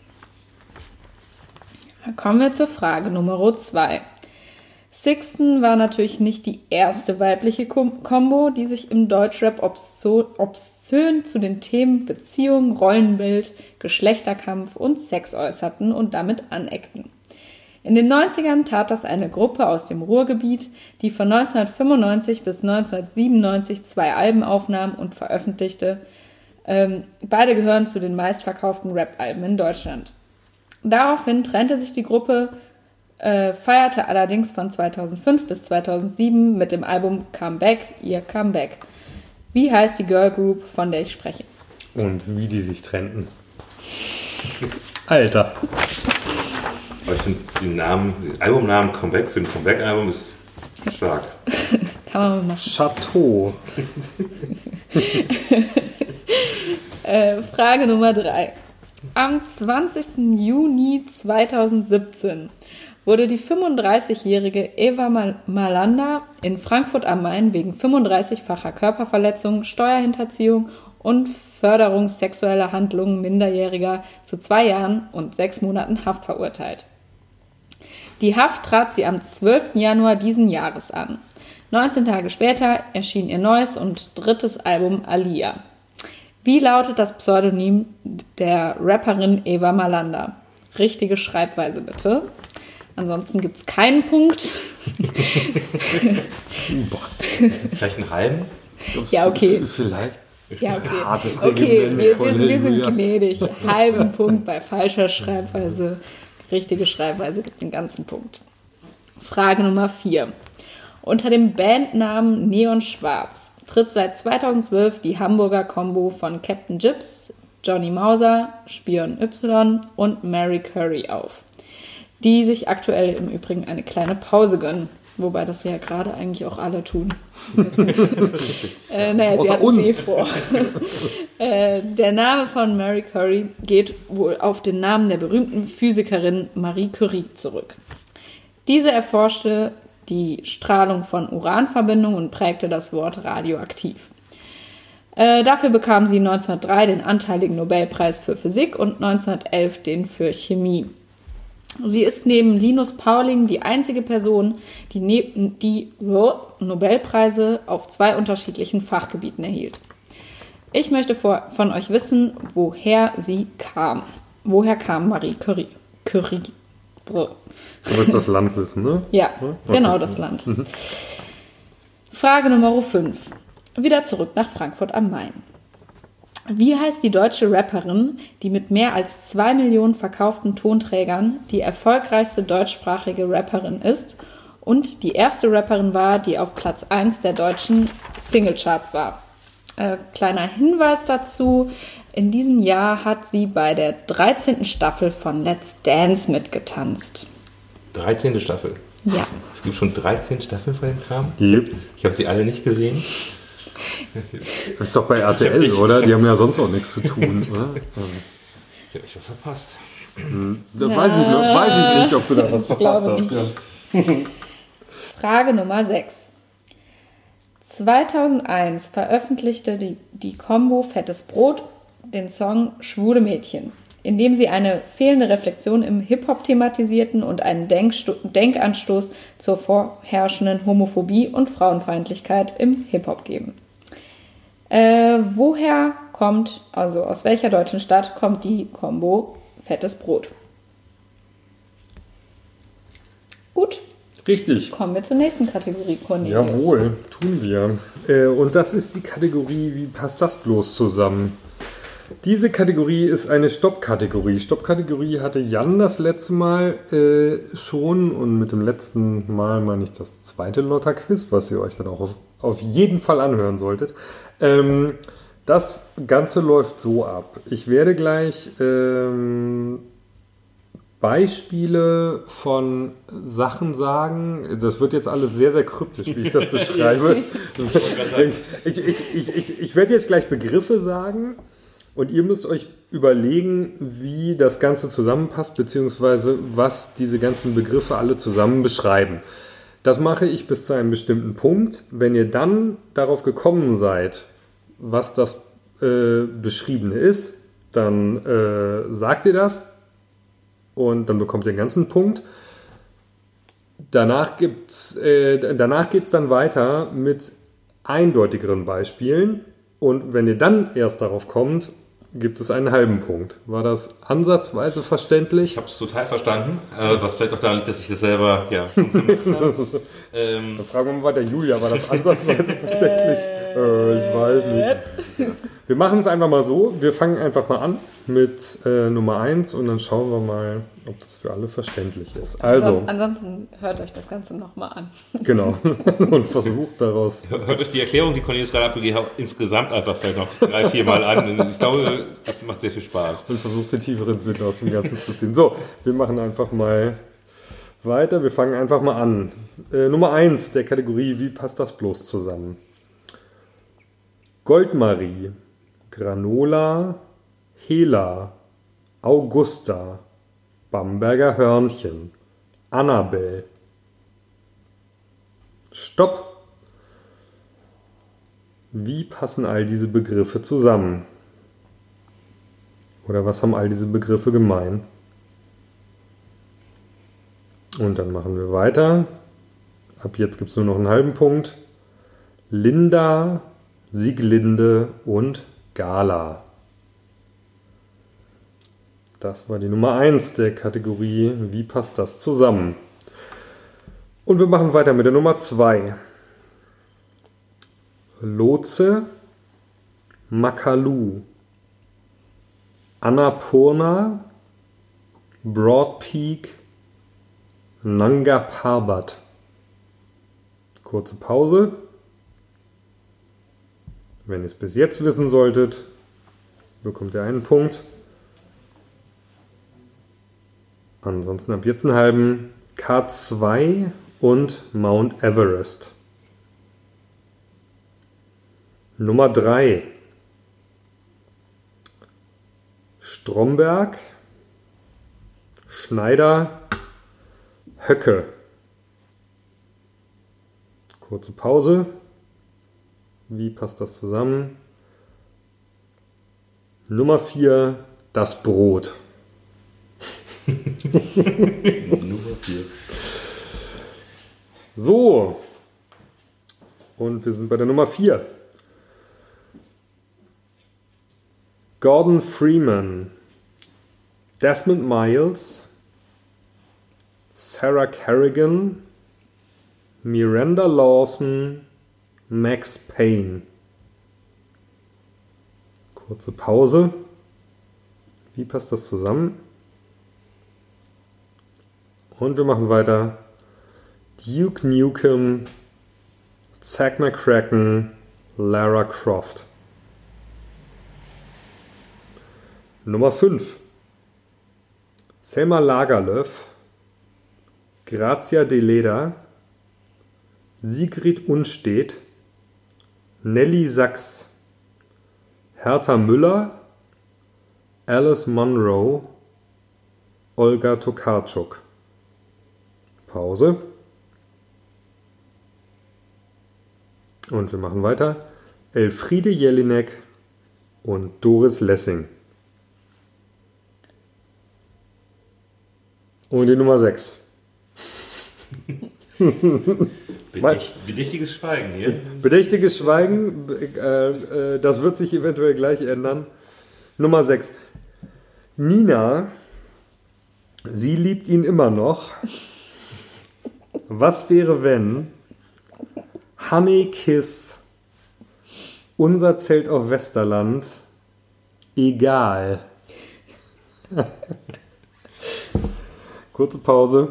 Dann kommen wir zur Frage Nummer 2. Sixten war natürlich nicht die erste weibliche Kombo, die sich im Deutschrap obszön zu den Themen Beziehung, Rollenbild, Geschlechterkampf und Sex äußerten und damit aneckten. In den 90ern tat das eine Gruppe aus dem Ruhrgebiet, die von 1995 bis 1997 2 Alben aufnahm und veröffentlichte. Beide gehören zu den meistverkauften Rap-Alben in Deutschland. Daraufhin trennte sich die Gruppe, feierte allerdings von 2005 bis 2007 mit dem Album Comeback ihr Comeback. Wie heißt die Girl Group, von der ich spreche? Und wie die sich trennten. Alter. Aber ich finde den Albumnamen Comeback für ein Comeback-Album ist stark. Kann man mal machen. Chateau. Frage Nummer 3. Am 20. Juni 2017 wurde die 35-jährige Eva Malanda in Frankfurt am Main wegen 35-facher Körperverletzung, Steuerhinterziehung und Förderung sexueller Handlungen Minderjähriger zu 2 Jahren und 6 Monaten Haft verurteilt. Die Haft trat sie am 12. Januar diesen Jahres an. 19 Tage später erschien ihr neues und drittes Album Alia. Wie lautet das Pseudonym der Rapperin Eva Malanda? Richtige Schreibweise bitte. Ansonsten gibt es keinen Punkt. Vielleicht einen halben? Ja, okay. Vielleicht. Ja, okay. Hartes Okay, Regiment von wir sind Julia. gnädig. Halben Punkt bei falscher Schreibweise. Richtige Schreibweise gibt den ganzen Punkt. Frage Nummer 4. Unter dem Bandnamen Neon Schwarz tritt seit 2012 die Hamburger Combo von Captain Gibbs, Johnny Mauser, Spion Y und Mary Curry auf, die sich aktuell im Übrigen eine kleine Pause gönnen. Wobei das ja gerade eigentlich auch alle tun müssen. Naja, sie hatten es vor. Der Name von Mary Curry geht wohl auf den Namen der berühmten Physikerin Marie Curie zurück. Diese erforschte die Strahlung von Uranverbindungen und prägte das Wort radioaktiv. Dafür bekam sie 1903 den anteiligen Nobelpreis für Physik und 1911 den für Chemie. Sie ist neben Linus Pauling die einzige Person, die Nobelpreise auf 2 unterschiedlichen Fachgebieten erhielt. Ich möchte von euch wissen, woher sie kam. Woher kam Marie Curie? Du willst das Land wissen, ne? Ja, okay. Genau das Land. Frage Nummer 5. Wieder zurück nach Frankfurt am Main. Wie heißt die deutsche Rapperin, die mit mehr als 2 Millionen verkauften Tonträgern die erfolgreichste deutschsprachige Rapperin ist und die erste Rapperin war, die auf Platz 1 der deutschen Singlecharts war? Kleiner Hinweis dazu, in diesem Jahr hat sie bei der 13. Staffel von Let's Dance mitgetanzt. 13. Staffel? Ja. Es gibt schon 13 Staffeln von dem Kram? Yep. Ich habe sie alle nicht gesehen. Das ist doch bei RTL, oder? Die haben ja sonst auch nichts zu tun, oder? Ich habe was verpasst. Da weiß ich nicht, ob du da was verpasst hast. Ja. Frage Nummer 6. 2001 veröffentlichte die Combo Fettes Brot den Song Schwule Mädchen, in dem sie eine fehlende Reflexion im Hip-Hop thematisierten und einen Denkanstoß zur vorherrschenden Homophobie und Frauenfeindlichkeit im Hip-Hop geben. Aus welcher deutschen Stadt kommt die Combo Fettes Brot? Gut. Richtig. Kommen wir zur nächsten Kategorie, Cornelius. Jawohl, tun wir. Und das ist die Kategorie, wie passt das bloß zusammen? Diese Kategorie ist eine Stopp-Kategorie. Stopp-Kategorie hatte Jan das letzte Mal schon und mit dem letzten Mal meine ich das zweite Lotter-Quiz, was ihr euch dann auch auf jeden Fall anhören solltet. Das Ganze läuft so ab. Ich werde gleich Beispiele von Sachen sagen. Das wird jetzt alles sehr, sehr kryptisch, wie ich das beschreibe. Ich werde jetzt gleich Begriffe sagen und ihr müsst euch überlegen, wie das Ganze zusammenpasst, beziehungsweise was diese ganzen Begriffe alle zusammen beschreiben. Das mache ich bis zu einem bestimmten Punkt. Wenn ihr dann darauf gekommen seid, was das Beschriebene ist, dann sagt ihr das. Und dann bekommt ihr den ganzen Punkt. Danach geht's dann weiter mit eindeutigeren Beispielen. Und wenn ihr dann erst darauf kommt, gibt es einen halben Punkt. War das ansatzweise verständlich? Ich habe es total verstanden. Was vielleicht auch daran liegt, dass ich das selber gemacht habe. Dann fragen wir mal weiter, Julia, war das ansatzweise verständlich? Ich weiß nicht. Wir machen es einfach mal so. Wir fangen einfach mal an mit Nummer 1 und dann schauen wir mal, ob das für alle verständlich ist. Also, ansonsten hört euch das Ganze nochmal an. Genau. Und versucht daraus. Hört euch die Erklärung, die Cornelius gerade abgegeben hat, insgesamt einfach vielleicht noch 3-4 Mal an. Ich glaube, das macht sehr viel Spaß. Und versucht den tieferen Sinn aus dem Ganzen zu ziehen. So, wir machen einfach mal weiter. Wir fangen einfach mal an. Nummer 1 der Kategorie, wie passt das bloß zusammen? Goldmarie, Granola, Hela, Augusta, Bamberger Hörnchen, Annabelle. Stopp! Wie passen all diese Begriffe zusammen? Oder was haben all diese Begriffe gemein? Und dann machen wir weiter. Ab jetzt gibt es nur noch einen halben Punkt. Linda, Sieglinde und Gala. Das war die Nummer 1 der Kategorie, wie passt das zusammen? Und wir machen weiter mit der Nummer 2. Lotse, Makalu, Annapurna, Broad Peak, Nanga Parbat. Kurze Pause. Wenn ihr es bis jetzt wissen solltet, bekommt ihr einen Punkt. Ansonsten ab jetzt einen halben. K2 und Mount Everest. Nummer 3. Stromberg, Schneider, Höcke. Kurze Pause. Wie passt das zusammen? Nummer 4, das Brot. Nummer 4. So. Und wir sind bei der Nummer 4. Gordon Freeman, Desmond Miles, Sarah Kerrigan, Miranda Lawson, Max Payne. Kurze Pause. Wie passt das zusammen? Und wir machen weiter. Duke Nukem, Zack McCracken, Lara Croft. Nummer 5. Selma Lagerlöf, Grazia Deleda, Sigrid Unstedt, Nelly Sachs, Hertha Müller, Alice Munro, Olga Tokarczuk. Pause. Und wir machen weiter. Elfriede Jelinek und Doris Lessing. Und die Nummer 6. Bedächtiges Schweigen hier. Bedächtiges Schweigen, das wird sich eventuell gleich ändern. Nummer 6. Nina, sie liebt ihn immer noch. Was wäre, wenn Honey Kiss, unser Zelt auf Westerland, egal. Kurze Pause.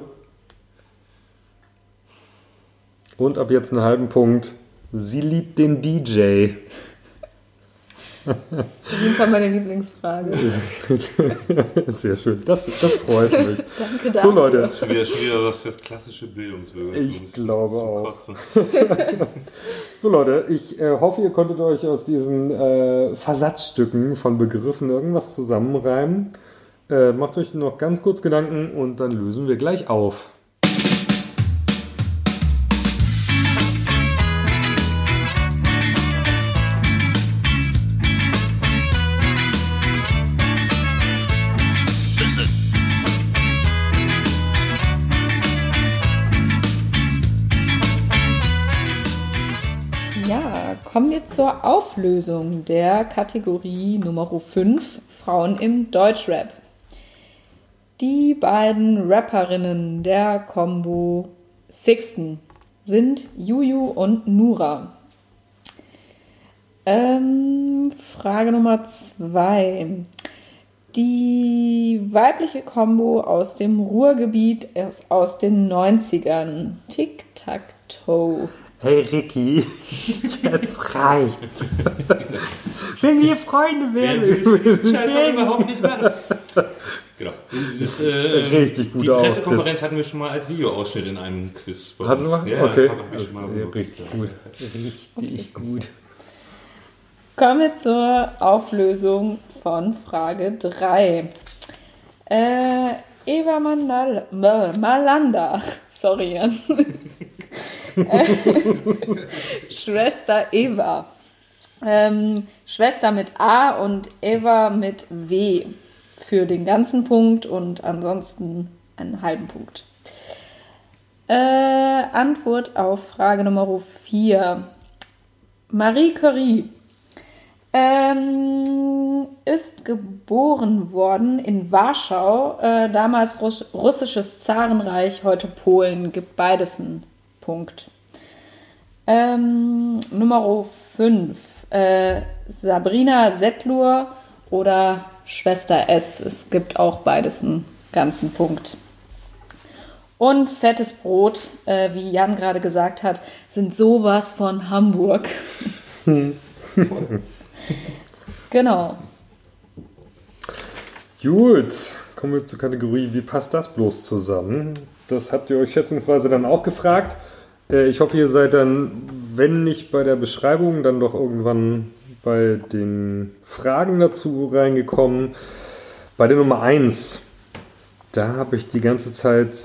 Und ab jetzt einen halben Punkt. Sie liebt den DJ. Das ist auf jeden Fall meine Lieblingsfrage. Sehr schön. Das freut mich. Danke dafür. So, Leute. Schon wieder was fürs klassische Bildungsbürger. Ich glaube auch. So, Leute, ich hoffe, ihr konntet euch aus diesen Versatzstücken von Begriffen irgendwas zusammenreimen. Macht euch noch ganz kurz Gedanken und dann lösen wir gleich auf. Kommen wir zur Auflösung der Kategorie Nummer 5, Frauen im Deutschrap. Die beiden Rapperinnen der Combo Sixten sind Juju und Nura. Frage Nummer 2. Die weibliche Combo aus dem Ruhrgebiet aus den 90ern. Tic-Tac-Toe. Hey Ricky, jetzt reicht. Wenn wir Freunde werden. Scheiße überhaupt nicht mehr. Genau. Richtig gut. Die Pressekonferenz hatten wir schon mal als Videoausschnitt in einem Quiz. Hatten wir? Ja, okay. Richtig gut. Richtig gut. Kommen wir zur Auflösung von Frage 3. Eva Malanda. Sorry, Jan. Schwester Eva. Schwester mit A und Eva mit W. Für den ganzen Punkt und ansonsten einen halben Punkt. Antwort auf Frage Nummer 4. Marie Curie ist geboren worden in Warschau, damals russisches Zarenreich, heute Polen, gibt beides einen Punkt. Nummer 5. Sabrina Settlur oder Schwester S. Es gibt auch beides einen ganzen Punkt. Und fettes Brot, wie Jan gerade gesagt hat, sind sowas von Hamburg. Genau. Gut, kommen wir zur Kategorie, wie passt das bloß zusammen? Das habt ihr euch schätzungsweise dann auch gefragt. Ich hoffe, ihr seid dann, wenn nicht bei der Beschreibung, dann doch irgendwann bei den Fragen dazu reingekommen. Bei der Nummer 1, da habe ich die ganze Zeit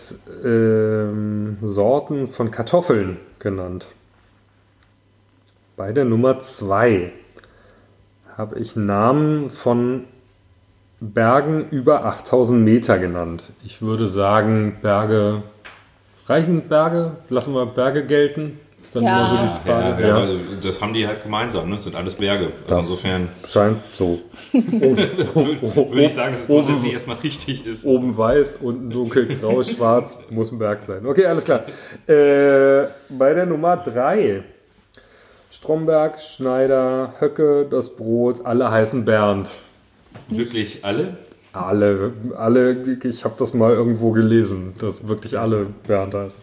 Sorten von Kartoffeln genannt. Bei der Nummer 2 habe ich Namen von Bergen über 8000 Meter genannt. Ich würde sagen, Berge, reichen Berge? Lassen wir Berge gelten? Ist dann immer so die Frage. Ja, also das haben die halt gemeinsam, ne? Das sind alles Berge. Also insofern scheint so. würde ich sagen, dass es grundsätzlich erstmal richtig ist. Oben weiß, unten dunkelgrau, schwarz, muss ein Berg sein. Okay, alles klar. Bei der Nummer 3. Stromberg, Schneider, Höcke, das Brot, alle heißen Bernd. Wirklich alle? Alle, ich habe das mal irgendwo gelesen, dass wirklich alle Bernd heißen.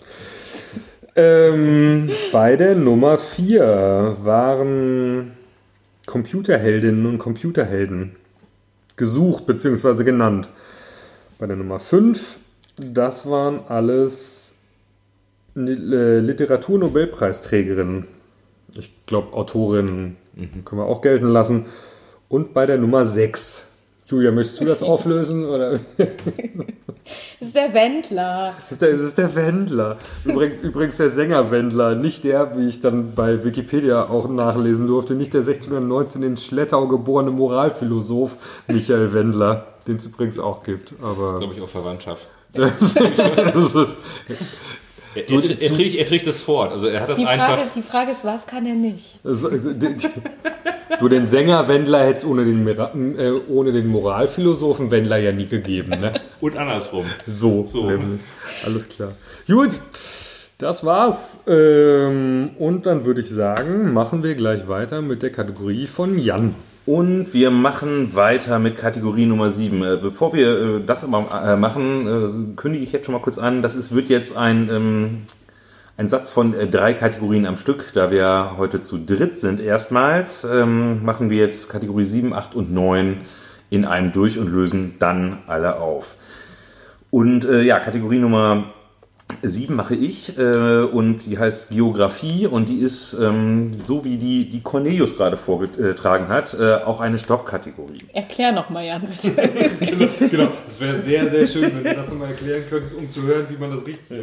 Bei der Nummer 4 waren Computerheldinnen und Computerhelden gesucht bzw. genannt. Bei der Nummer 5, das waren alles Literaturnobelpreisträgerinnen. Ich glaube, Autorinnen können wir auch gelten lassen. Und bei der Nummer 6. Julia, möchtest du das auflösen? Oder? Das ist der Wendler. Das ist der Wendler. Übrigens der Sänger Wendler. Nicht der, wie ich dann bei Wikipedia auch nachlesen durfte, nicht der 1619 in Schlettau geborene Moralphilosoph Michael Wendler, den es übrigens auch gibt. Aber das ist, glaube ich, auch Verwandtschaft. Er trägt das fort. Also er hat das Die Frage ist, was kann er nicht? Du, den Sänger Wendler hätte es ohne den Moralphilosophen Wendler ja nie gegeben. Ne? Und andersrum. So. Alles klar. Gut, das war's. Und dann würde ich sagen, machen wir gleich weiter mit der Kategorie von Jan. Und wir machen weiter mit Kategorie Nummer 7. Bevor wir das aber machen, kündige ich jetzt schon mal kurz an, wird jetzt ein Satz von 3 Kategorien am Stück. Da wir heute zu dritt sind erstmals, machen wir jetzt Kategorie 7, 8 und 9 in einem durch und lösen dann alle auf. Und Kategorie Nummer 7 mache ich und die heißt Geografie und die ist, so wie die Cornelius gerade vorgetragen hat, auch eine Stopp-Kategorie. Erklär nochmal, Jan, bitte. Genau, das wäre sehr, sehr schön, wenn du das nochmal erklären könntest, um zu hören, wie man das richtig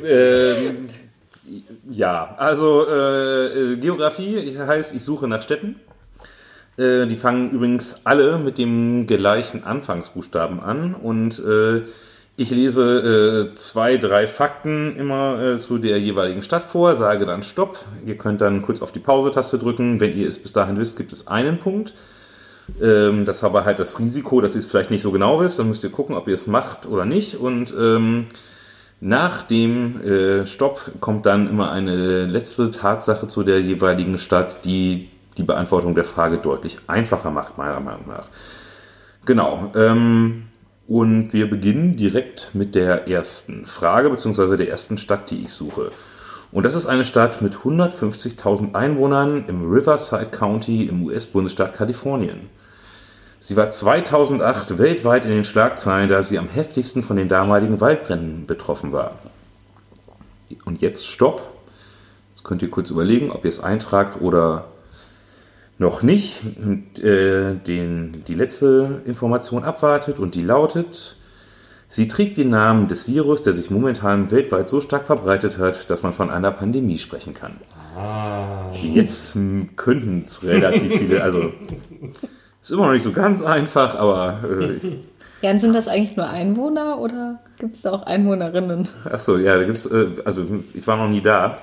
Geografie heißt, ich suche nach Städten. Die fangen übrigens alle mit dem gleichen Anfangsbuchstaben an und ich lese 2, 3 Fakten immer zu der jeweiligen Stadt vor, sage dann Stopp. Ihr könnt dann kurz auf die Pause-Taste drücken. Wenn ihr es bis dahin wisst, gibt es einen Punkt. Das ist aber halt das Risiko, dass ihr es vielleicht nicht so genau wisst. Dann müsst ihr gucken, ob ihr es macht oder nicht. Und nach dem Stopp kommt dann immer eine letzte Tatsache zu der jeweiligen Stadt, die die Beantwortung der Frage deutlich einfacher macht, meiner Meinung nach. Genau. Und wir beginnen direkt mit der ersten Frage, beziehungsweise der ersten Stadt, die ich suche. Und das ist eine Stadt mit 150.000 Einwohnern im Riverside County im US-Bundesstaat Kalifornien. Sie war 2008 weltweit in den Schlagzeilen, da sie am heftigsten von den damaligen Waldbränden betroffen war. Und jetzt Stopp. Jetzt könnt ihr kurz überlegen, ob ihr es eintragt oder noch nicht. Und, die letzte Information abwartet und die lautet: Sie trägt den Namen des Virus, der sich momentan weltweit so stark verbreitet hat, dass man von einer Pandemie sprechen kann. Jetzt könnten es relativ viele, also ist immer noch nicht so ganz einfach, aber Jan, sind das eigentlich nur Einwohner oder gibt es da auch Einwohnerinnen? Achso, ja, da gibt's, also ich war noch nie da.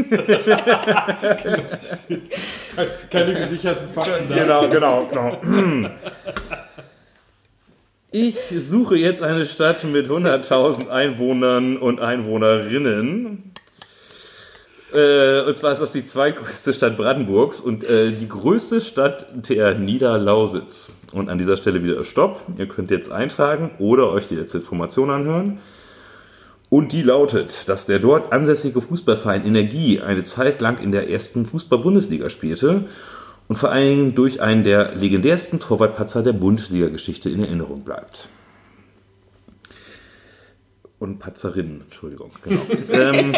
Keine gesicherten Fakten. Genau. Ich suche jetzt eine Stadt mit 100.000 Einwohnern und Einwohnerinnen. Und zwar ist das die zweitgrößte Stadt Brandenburgs und die größte Stadt der Niederlausitz. Und an dieser Stelle wieder Stopp. Ihr könnt jetzt eintragen oder euch die letzte Information anhören. Und die lautet, dass der dort ansässige Fußballverein Energie eine Zeit lang in der ersten Fußball-Bundesliga spielte und vor allen Dingen durch einen der legendärsten Torwartpatzer der Bundesliga-Geschichte in Erinnerung bleibt. Und Patzerinnen, Entschuldigung, genau.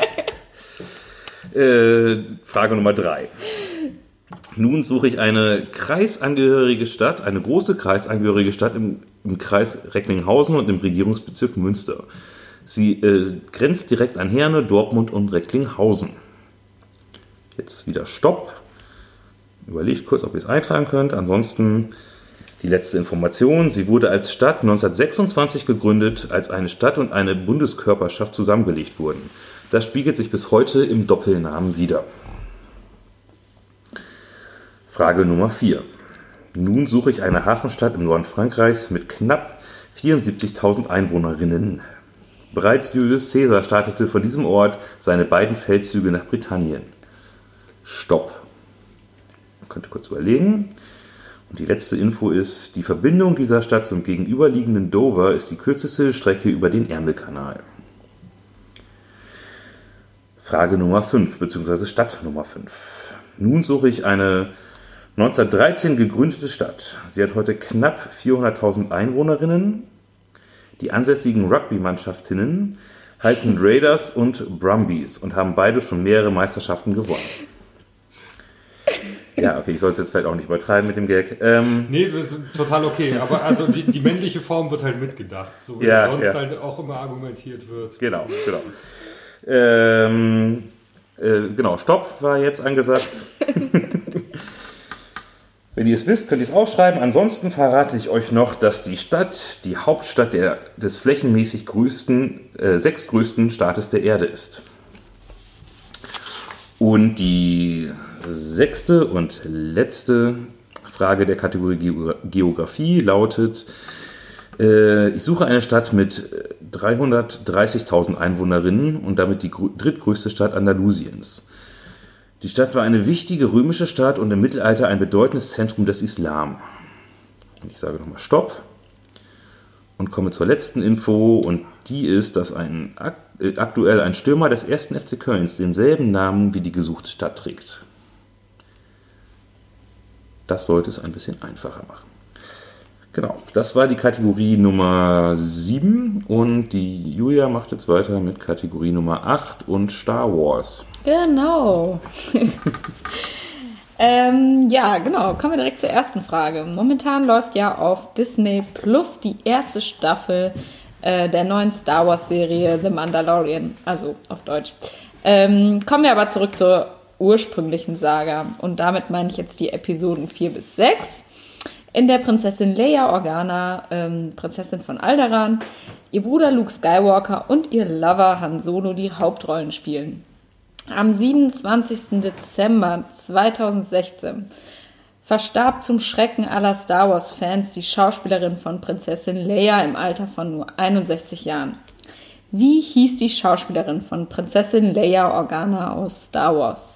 Frage Nummer 3. Nun suche ich eine kreisangehörige Stadt, eine große kreisangehörige Stadt im Kreis Recklinghausen und im Regierungsbezirk Münster. Sie grenzt direkt an Herne, Dortmund und Recklinghausen. Jetzt wieder Stopp. Überlegt kurz, ob ihr es eintragen könnt. Ansonsten die letzte Information. Sie wurde als Stadt 1926 gegründet, als eine Stadt und eine Bundeskörperschaft zusammengelegt wurden. Das spiegelt sich bis heute im Doppelnamen wider. Frage Nummer 4. Nun suche ich eine Hafenstadt im Norden Frankreichs mit knapp 74.000 Einwohnerinnen. Bereits Julius Caesar startete von diesem Ort seine beiden Feldzüge nach Britannien. Stopp. Man könnte kurz überlegen. Und die letzte Info ist, die Verbindung dieser Stadt zum gegenüberliegenden Dover ist die kürzeste Strecke über den Ärmelkanal. Frage Nummer 5, beziehungsweise Stadt Nummer 5. Nun suche ich eine 1913 gegründete Stadt. Sie hat heute knapp 400.000 Einwohnerinnen. Die ansässigen Rugby-Mannschaftinnen heißen Raiders und Brumbies und haben beide schon mehrere Meisterschaften gewonnen. Ja, okay, ich soll es jetzt vielleicht auch nicht übertreiben mit dem Gag. Nee, das ist total okay. Aber also die männliche Form wird halt mitgedacht, so wie sonst halt auch immer argumentiert wird. Genau. Genau, Stopp war jetzt angesagt. Wenn ihr es wisst, könnt ihr es aufschreiben. Ansonsten verrate ich euch noch, dass die Stadt die Hauptstadt des flächenmäßig sechstgrößten Staates der Erde ist. Und die 6. und letzte Frage der Kategorie Geografie lautet: Ich suche eine Stadt mit 330.000 Einwohnerinnen und damit die drittgrößte Stadt Andalusiens. Die Stadt war eine wichtige römische Stadt und im Mittelalter ein bedeutendes Zentrum des Islam. Und ich sage nochmal Stopp und komme zur letzten Info, und die ist, dass aktuell ein Stürmer des 1. FC Kölns denselben Namen wie die gesuchte Stadt trägt. Das sollte es ein bisschen einfacher machen. Genau, das war die Kategorie Nummer 7 und die Julia macht jetzt weiter mit Kategorie Nummer 8 und Star Wars. Genau. Ja, genau. Kommen wir direkt zur ersten Frage. Momentan läuft ja auf Disney Plus die erste Staffel der neuen Star Wars Serie The Mandalorian, also auf Deutsch. Kommen wir aber zurück zur ursprünglichen Saga, und damit meine ich jetzt die Episoden 4 bis 6. In der Prinzessin Leia Organa, Prinzessin von Alderaan, ihr Bruder Luke Skywalker und ihr Lover Han Solo die Hauptrollen spielen. Am 27. Dezember 2016 verstarb zum Schrecken aller Star Wars-Fans die Schauspielerin von Prinzessin Leia im Alter von nur 61 Jahren. Wie hieß die Schauspielerin von Prinzessin Leia Organa aus Star Wars?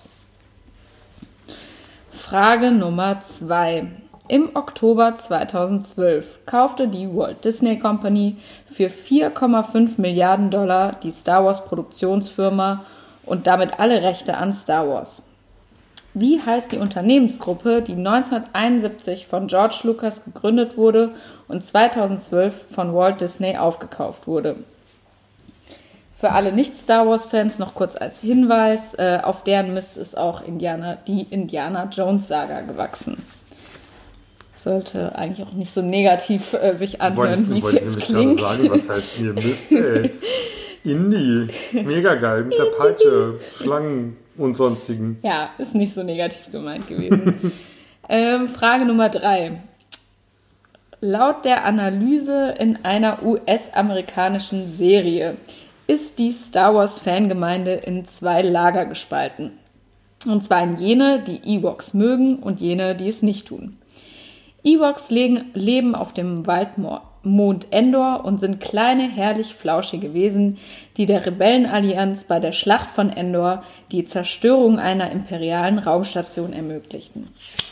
Frage Nummer 2. Im Oktober 2012 kaufte die Walt Disney Company für $4,5 Milliarden die Star Wars Produktionsfirma und damit alle Rechte an Star Wars. Wie heißt die Unternehmensgruppe, die 1971 von George Lucas gegründet wurde und 2012 von Walt Disney aufgekauft wurde? Für alle Nicht-Star Wars-Fans noch kurz als Hinweis, auf deren Mist ist auch die Indiana Jones-Saga gewachsen. Sollte eigentlich auch nicht so negativ sich anhören, wie es jetzt klingt. Sagen, was heißt mir Mist, ey? Indie, mega geil, mit der Peitsche, Schlangen und sonstigen. Ja, ist nicht so negativ gemeint gewesen. Frage Nummer 3. Laut der Analyse in einer US-amerikanischen Serie ist die Star Wars-Fangemeinde in 2 Lager gespalten. Und zwar in jene, die Ewoks mögen, und jene, die es nicht tun. Ewoks leben auf dem Waldmond Endor und sind kleine, herrlich flauschige Wesen, die der Rebellenallianz bei der Schlacht von Endor die Zerstörung einer imperialen Raumstation ermöglichten.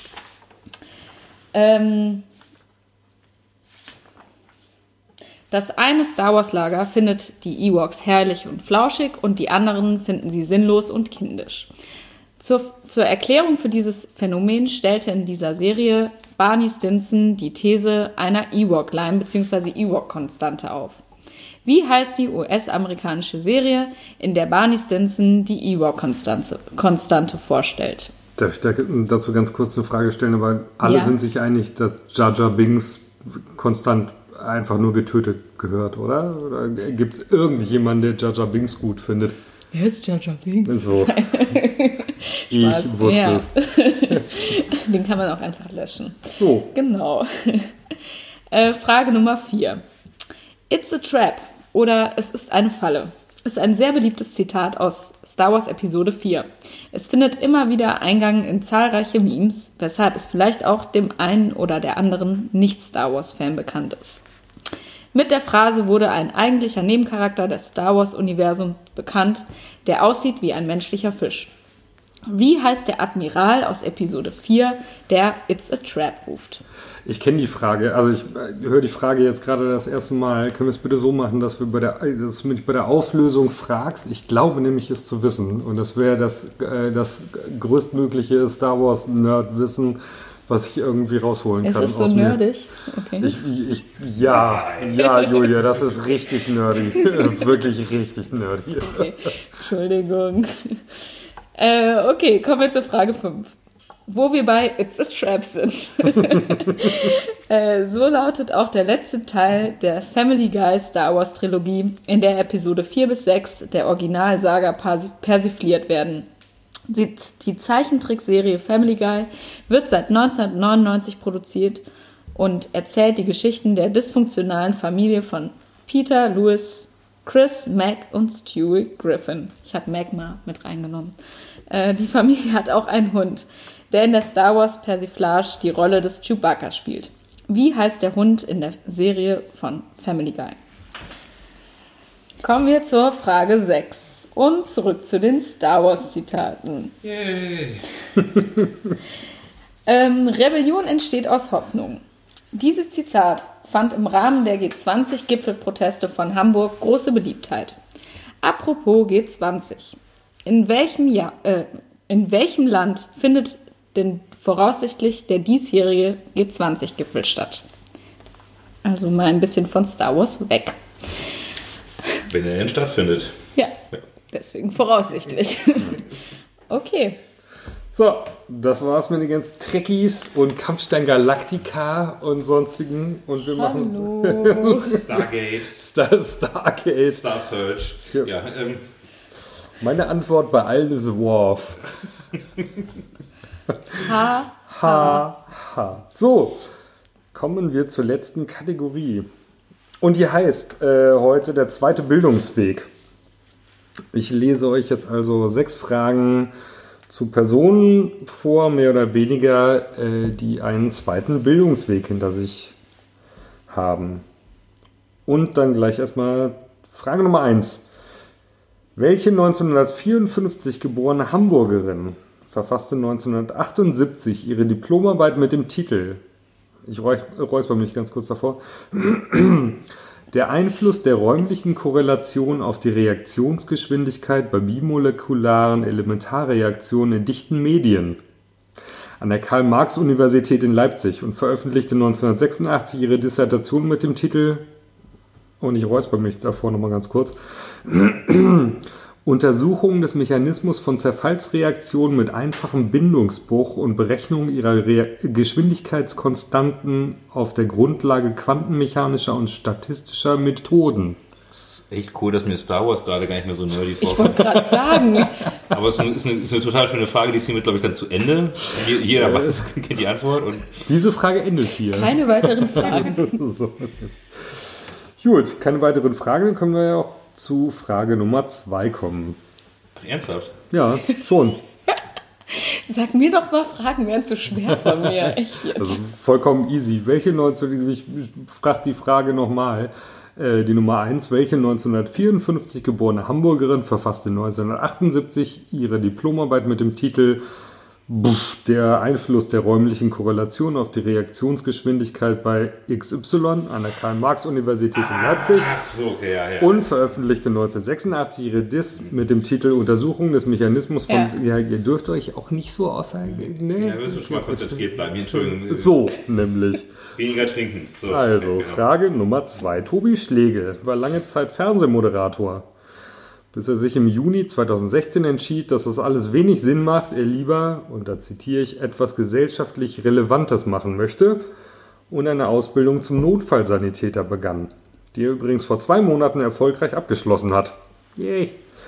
Das eine Star Wars Lager findet die Ewoks herrlich und flauschig und die anderen finden sie sinnlos und kindisch. Zur Erklärung für dieses Phänomen stellte in dieser Serie Barney Stinson die These einer Ewok-Line bzw. Ewok-Konstante auf. Wie heißt die US-amerikanische Serie, in der Barney Stinson die Ewok-Konstante vorstellt? Darf ich dazu ganz kurz eine Frage stellen? Aber alle sind sich einig, dass Jar Jar Binks konstant einfach nur getötet gehört, oder? Oder gibt es irgendjemanden, der Jar Jar Binks gut findet? Wer ist Jar Jar Binks? So. Ich wusste es. Den kann man auch einfach löschen. So. Genau. Frage Nummer 4. It's a trap oder es ist eine Falle. ist ein sehr beliebtes Zitat aus Star Wars Episode 4. Es findet immer wieder Eingang in zahlreiche Memes, weshalb es vielleicht auch dem einen oder der anderen Nicht-Star Wars-Fan bekannt ist. Mit der Phrase wurde ein eigentlicher Nebencharakter des Star Wars-Universums bekannt, der aussieht wie ein menschlicher Fisch. Wie heißt der Admiral aus Episode 4, der It's a Trap ruft? Ich kenne die Frage, also ich höre die Frage jetzt gerade das erste Mal. Können wir es bitte so machen, dass du mich bei der Auflösung fragst? Ich glaube nämlich, es zu wissen. Und das wäre das größtmögliche Star Wars-Nerd-Wissen, was ich irgendwie rausholen kann. Ist es so nerdig? Okay. Ja, Julia, das ist richtig nerdy. Wirklich richtig nerdy. Okay. Entschuldigung. Okay, kommen wir zur Frage 5. Wo wir bei It's a Trap sind. So lautet auch der letzte Teil der Family Guy Star Wars Trilogie, in der Episode 4 bis 6 der Originalsaga persifliert werden. Die Zeichentrickserie Family Guy wird seit 1999 produziert und erzählt die Geschichten der dysfunktionalen Familie von Peter, Louis, Chris, Mac und Stewie Griffin. Ich habe Mac mal mit reingenommen. Die Familie hat auch einen Hund, der in der Star Wars Persiflage die Rolle des Chewbacca spielt. Wie heißt der Hund in der Serie von Family Guy? Kommen wir zur Frage 6 und zurück zu den Star Wars Zitaten. Yay! Rebellion entsteht aus Hoffnung. Dieses Zitat fand im Rahmen der G20-Gipfelproteste von Hamburg große Beliebtheit. Apropos G20. In welchem Land findet denn voraussichtlich der diesjährige G20-Gipfel statt? Also mal ein bisschen von Star Wars weg. Wenn er denn stattfindet. Ja, deswegen voraussichtlich. Okay. So, das war's mit den ganzen Trekkies und Kampfstein Galactica und sonstigen. Und wir machen Stargate. Stargate. Star Search. Ja, Meine Antwort bei allen ist Worf. Ha. So, kommen wir zur letzten Kategorie. Und die heißt heute der zweite Bildungsweg. Ich lese euch jetzt also 6 Fragen zu Personen vor, mehr oder weniger, die einen zweiten Bildungsweg hinter sich haben. Und dann gleich erstmal Frage Nummer 1. Welche 1954 geborene Hamburgerin verfasste 1978 ihre Diplomarbeit mit dem Titel, ich räusper mich ganz kurz davor, Der Einfluss der räumlichen Korrelation auf die Reaktionsgeschwindigkeit bei bimolekularen Elementarreaktionen in dichten Medien an der Karl-Marx-Universität in Leipzig und veröffentlichte 1986 ihre Dissertation mit dem Titel, und ich räusper mich davor nochmal ganz kurz, Untersuchung des Mechanismus von Zerfallsreaktionen mit einfachem Bindungsbruch und Berechnung ihrer Geschwindigkeitskonstanten auf der Grundlage quantenmechanischer und statistischer Methoden. Das ist echt cool, dass mir Star Wars gerade gar nicht mehr so nerdy vorkommt. Ich wollte gerade sagen. Aber es ist eine total schöne Frage, die ist hiermit, glaube ich, dann zu Ende. Jeder weiß, kennt die Antwort. Und Diese Frage endet hier. Keine weiteren Fragen. So. Gut, keine weiteren Fragen, dann können wir ja auch zu Frage Nummer 2 kommen. Ach, ernsthaft? Ja, schon. Sag mir doch mal, Fragen wären zu schwer von mir. Echt jetzt. Also vollkommen easy. Ich frage die Frage nochmal. Die Nummer 1. Welche 1954 geborene Hamburgerin verfasste 1978 ihre Diplomarbeit mit dem Titel Der Einfluss der räumlichen Korrelation auf die Reaktionsgeschwindigkeit bei XY an der Karl-Marx-Universität in Leipzig und veröffentlichte 1986 ihre Diss mit dem Titel Untersuchung des Mechanismus von... Ja, ihr dürft euch auch nicht so aussagen. Ne? Ja, wir müssen schon mal konzentriert bleiben. Entschuldigung. So, nämlich. Weniger trinken. So, also, genau. Frage Nummer 2. Tobi Schlegel war lange Zeit Fernsehmoderator, bis er sich im Juni 2016 entschied, dass das alles wenig Sinn macht, er lieber, und da zitiere ich, etwas gesellschaftlich Relevantes machen möchte und eine Ausbildung zum Notfallsanitäter begann, die er übrigens vor 2 Monaten erfolgreich abgeschlossen hat. Yay!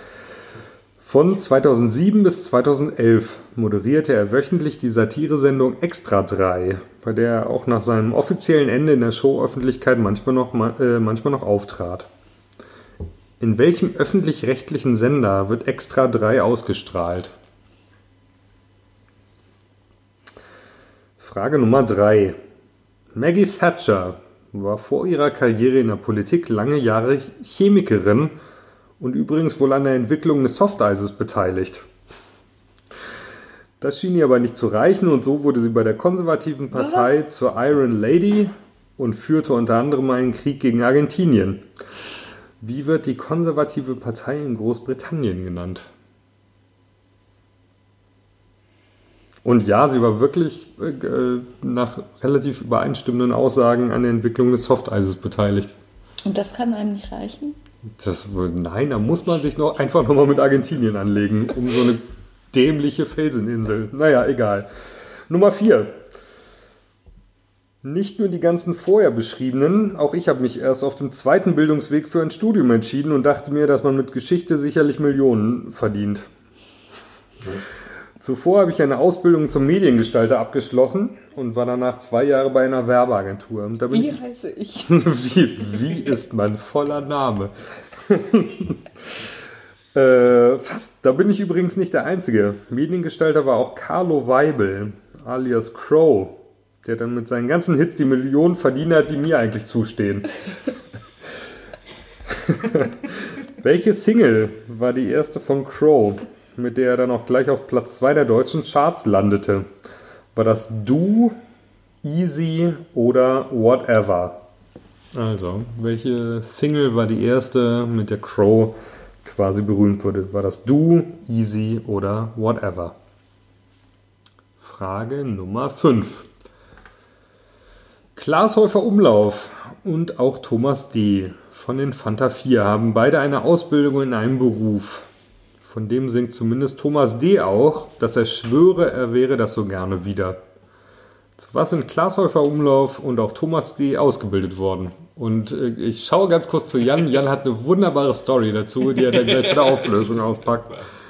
Von 2007 bis 2011 moderierte er wöchentlich die Satiresendung Extra 3, bei der er auch nach seinem offiziellen Ende in der Showöffentlichkeit manchmal noch auftrat. In welchem öffentlich-rechtlichen Sender wird Extra 3 ausgestrahlt? Frage Nummer 3. Maggie Thatcher war vor ihrer Karriere in der Politik lange Jahre Chemikerin und übrigens wohl an der Entwicklung des Softeises beteiligt. Das schien ihr aber nicht zu reichen und so wurde sie bei der konservativen Partei zur Iron Lady und führte unter anderem einen Krieg gegen Argentinien. Wie wird die konservative Partei in Großbritannien genannt? Und ja, sie war wirklich nach relativ übereinstimmenden Aussagen an der Entwicklung des Softeises beteiligt. Und das kann einem nicht reichen? Nein, da muss man sich einfach nochmal mit Argentinien anlegen, um so eine dämliche Felseninsel. Naja, egal. Nummer 4. Nicht nur die ganzen vorher beschriebenen, auch ich habe mich erst auf dem zweiten Bildungsweg für ein Studium entschieden und dachte mir, dass man mit Geschichte sicherlich Millionen verdient. Zuvor habe ich eine Ausbildung zum Mediengestalter abgeschlossen und war danach 2 Jahre bei einer Werbeagentur. Wie heiße ich? Wie ist mein voller Name? Fast. Da bin ich übrigens nicht der Einzige. Mediengestalter war auch Carlo Weibel, alias Crow, der dann mit seinen ganzen Hits die Millionen verdient hat, die mir eigentlich zustehen. Welche Single war die erste von Crow, mit der er dann auch gleich auf Platz 2 der deutschen Charts landete? War das Du, Easy oder Whatever? Also, welche Single war die erste, mit der Crow quasi berühmt wurde? War das Du, Easy oder Whatever? Frage Nummer 5. Klaas Häufer Umlauf und auch Thomas D. von den Fanta 4 haben beide eine Ausbildung in einem Beruf. Von dem singt zumindest Thomas D. auch, dass er schwöre, er wäre das so gerne wieder. Zu was sind Klaas Häufer Umlauf und auch Thomas D. ausgebildet worden? Und ich schaue ganz kurz zu Jan. Jan hat eine wunderbare Story dazu, die er dann gleich bei der Auflösung auspackt.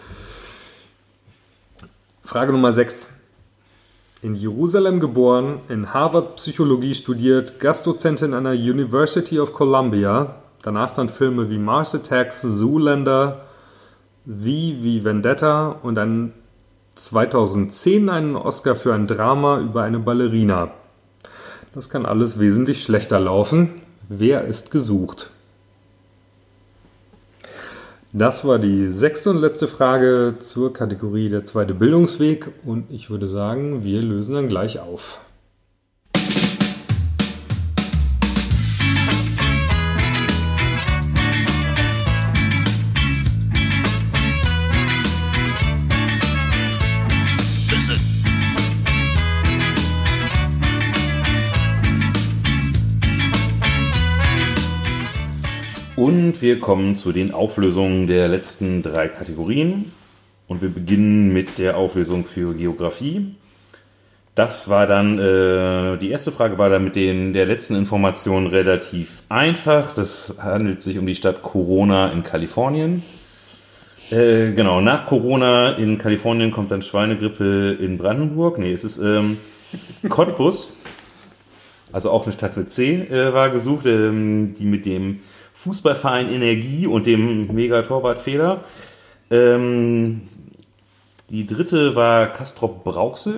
Frage Nummer 6. In Jerusalem geboren, in Harvard Psychologie studiert, Gastdozentin an der University of Columbia, danach dann Filme wie Mars Attacks, Zoolander, wie Vendetta und dann 2010 einen Oscar für ein Drama über eine Ballerina. Das kann alles wesentlich schlechter laufen. Wer ist gesucht? Das war die 6. und letzte Frage zur Kategorie der zweite Bildungsweg und ich würde sagen, wir lösen dann gleich auf. Und wir kommen zu den Auflösungen der letzten 3 Kategorien. Und wir beginnen mit der Auflösung für Geografie. Das war dann, die erste Frage war dann mit der letzten Information relativ einfach. Das handelt sich um die Stadt Corona in Kalifornien. Genau, nach Corona in Kalifornien kommt dann Schweinegrippe in Brandenburg. Nee, es ist Cottbus. Also auch eine Stadt mit C war gesucht, die mit dem Fußballverein Energie und dem Mega-Torwartfehler. Die dritte war Castrop-Rauxel.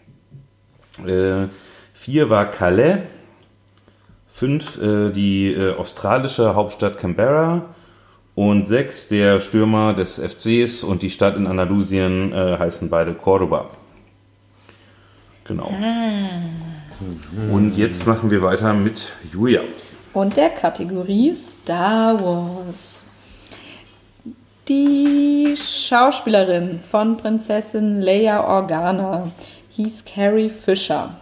4 war Calais. 5 die australische Hauptstadt Canberra. Und 6 der Stürmer des FCs und die Stadt in Andalusien heißen beide Cordoba. Genau. Und jetzt machen wir weiter mit Julia. Und der Kategorie Star Wars. Die Schauspielerin von Prinzessin Leia Organa hieß Carrie Fisher.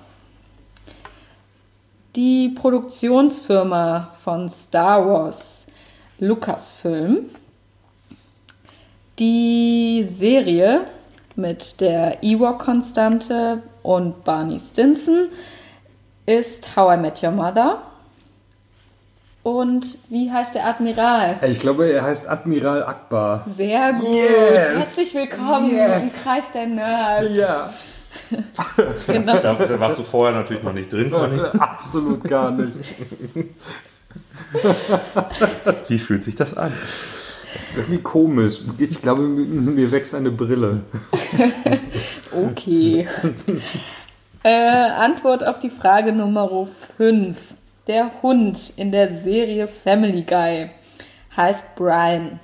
Die Produktionsfirma von Star Wars, Lucasfilm. Die Serie mit der Ewok-Konstante und Barney Stinson ist How I Met Your Mother. Und wie heißt der Admiral? Ich glaube, er heißt Admiral Akbar. Sehr gut. Yes. Herzlich willkommen im Kreis der Nerds. Ja. Genau. Da warst du vorher natürlich noch nicht drin. Absolut gar nicht. Wie fühlt sich das an? Irgendwie komisch. Ich glaube, mir wächst eine Brille. Okay. Antwort auf die Frage Nummer 5. Der Hund in der Serie Family Guy heißt Brian.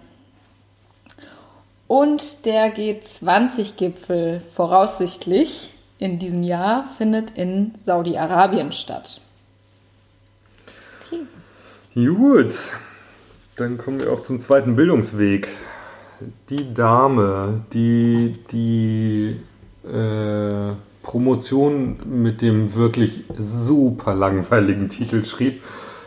Und der G20-Gipfel voraussichtlich in diesem Jahr findet in Saudi-Arabien statt. Okay. Gut, dann kommen wir auch zum zweiten Bildungsweg. Die Dame, die Promotion mit dem wirklich super langweiligen Titel schrieb,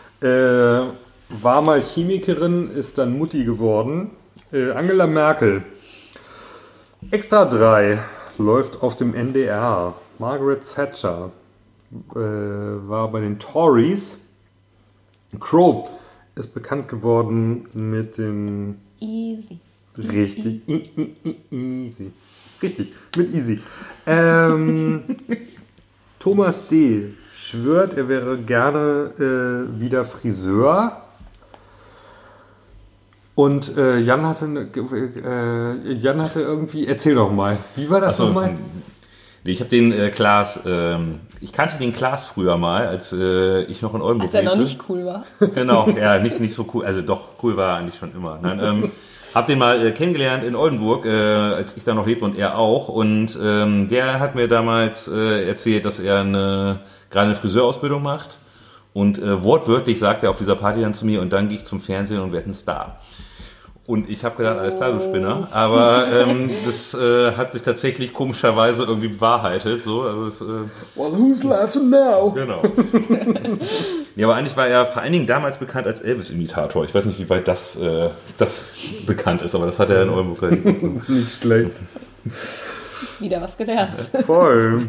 war mal Chemikerin, ist dann Mutti geworden. Angela Merkel. Extra 3 läuft auf dem NDR. Margaret Thatcher war bei den Tories. Crow ist bekannt geworden mit dem... Easy. Richtig. Easy. Richtig, mit Easy. Thomas D. schwört, er wäre gerne wieder Friseur. Und Jan hatte irgendwie, erzähl doch mal, wie war das nochmal? Ich habe den Klaas, ich kannte den Klaas früher mal, als ich noch in Oldenburg Als er lebte. noch nicht cool war. Genau, ja, nicht so cool, also doch, cool war er eigentlich schon immer. Nein, hab den mal kennengelernt in Oldenburg, als ich da noch lebte und er auch. Und der hat mir damals erzählt, dass er gerade eine Friseurausbildung macht. Und wortwörtlich sagt er auf dieser Party dann zu mir, und dann gehe ich zum Fernsehen und werde ein Star. Und ich habe gedacht, alles klar, du Spinner. Aber das hat sich tatsächlich komischerweise irgendwie bewahrheitet. So. Also Well, who's laughing now? Genau. Ja, aber eigentlich war er vor allen Dingen damals bekannt als Elvis-Imitator. Ich weiß nicht, wie weit das bekannt ist, aber das hat er in Oldenburg erlebt. Nicht schlecht. Wieder was gelernt. Voll.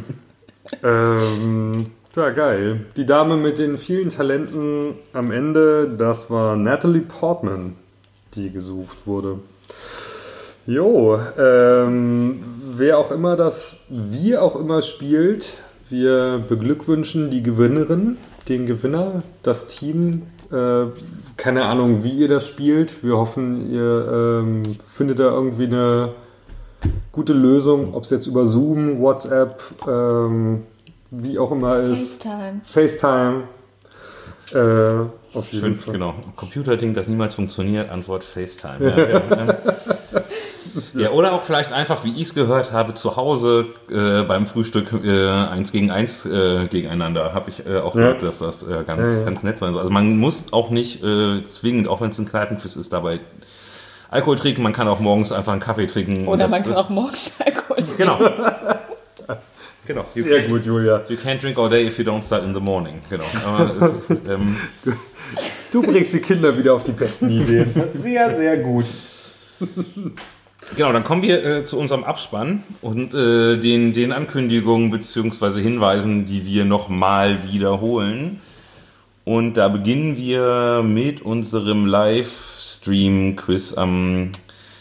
Ja, geil. Die Dame mit den vielen Talenten am Ende, das war Natalie Portman, die gesucht wurde. Jo, wer auch immer wie auch immer spielt, wir beglückwünschen die Gewinnerin, den Gewinner, das Team. Keine Ahnung, wie ihr das spielt. Wir hoffen, ihr findet da irgendwie eine gute Lösung, ob es jetzt über Zoom, WhatsApp, wie auch immer ist. FaceTime. Auf jeden Fall. Genau. Computerding, das niemals funktioniert, Antwort FaceTime. Ja, oder auch vielleicht einfach, wie ich es gehört habe, zu Hause beim Frühstück 1 gegen 1 gegeneinander. Habe ich auch gehört, dass das ganz nett sein soll. Also man muss auch nicht zwingend, auch wenn es ein Kneipenquiz ist, dabei Alkohol trinken. Man kann auch morgens einfach einen Kaffee trinken. Oder man kann auch morgens Alkohol trinken. Genau. Sehr gut, Julia. You can't drink all day if you don't start in the morning. Genau. Aber du bringst die Kinder wieder auf die besten Ideen. Sehr, sehr gut. Genau, dann kommen wir zu unserem Abspann und den Ankündigungen bzw. Hinweisen, die wir nochmal wiederholen. Und da beginnen wir mit unserem Livestream-Quiz am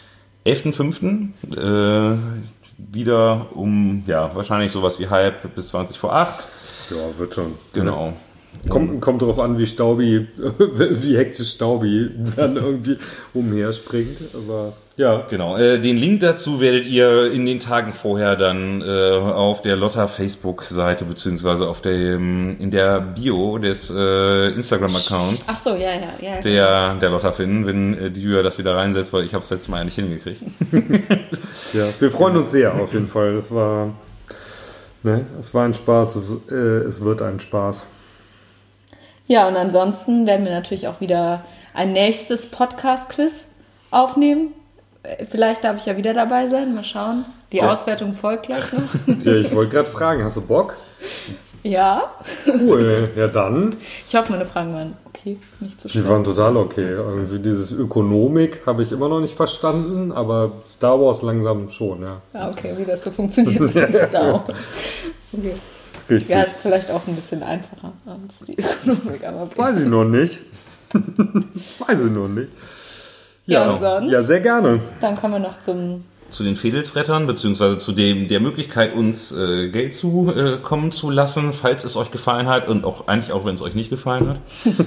11.05. Wieder wahrscheinlich sowas wie halb bis 20 vor 8. Ja, wird schon. Genau. Kommt darauf an, wie hektisch Staubi dann irgendwie umherspringt. Aber ja. Genau. Den Link dazu werdet ihr in den Tagen vorher dann auf der Lotta Facebook-Seite beziehungsweise in der Bio des Instagram-Accounts. Ach so, ja. Der Lotta finden, wenn die Julia das wieder reinsetzt, weil ich habe es letztes Mal ja nicht hingekriegt. Ja, wir freuen uns sehr auf jeden Fall. Es war ein Spaß. Es wird ein Spaß. Ja, und ansonsten werden wir natürlich auch wieder ein nächstes Podcast-Quiz aufnehmen. Vielleicht darf ich ja wieder dabei sein. Mal schauen. Die Auswertung folgt gleich noch. Ja, ich wollte gerade fragen, hast du Bock? Ja. Cool, ja dann. Ich hoffe, meine Fragen waren okay, nicht zu schwer. Die waren total okay. Irgendwie dieses Ökonomik habe ich immer noch nicht verstanden, aber Star Wars langsam schon, ja. Ah, okay, wie das so funktioniert mit dem Star Wars. Okay. Richtig. Ja, ist vielleicht auch ein bisschen einfacher als die Ökonomik, aber okay. Weiß ich noch nicht. Ja, und sonst? Ja, sehr gerne. Dann kommen wir noch zum zu den Fedelsrettern, beziehungsweise zu der Möglichkeit, uns Geld zukommen zu lassen, falls es euch gefallen hat und auch eigentlich auch, wenn es euch nicht gefallen hat.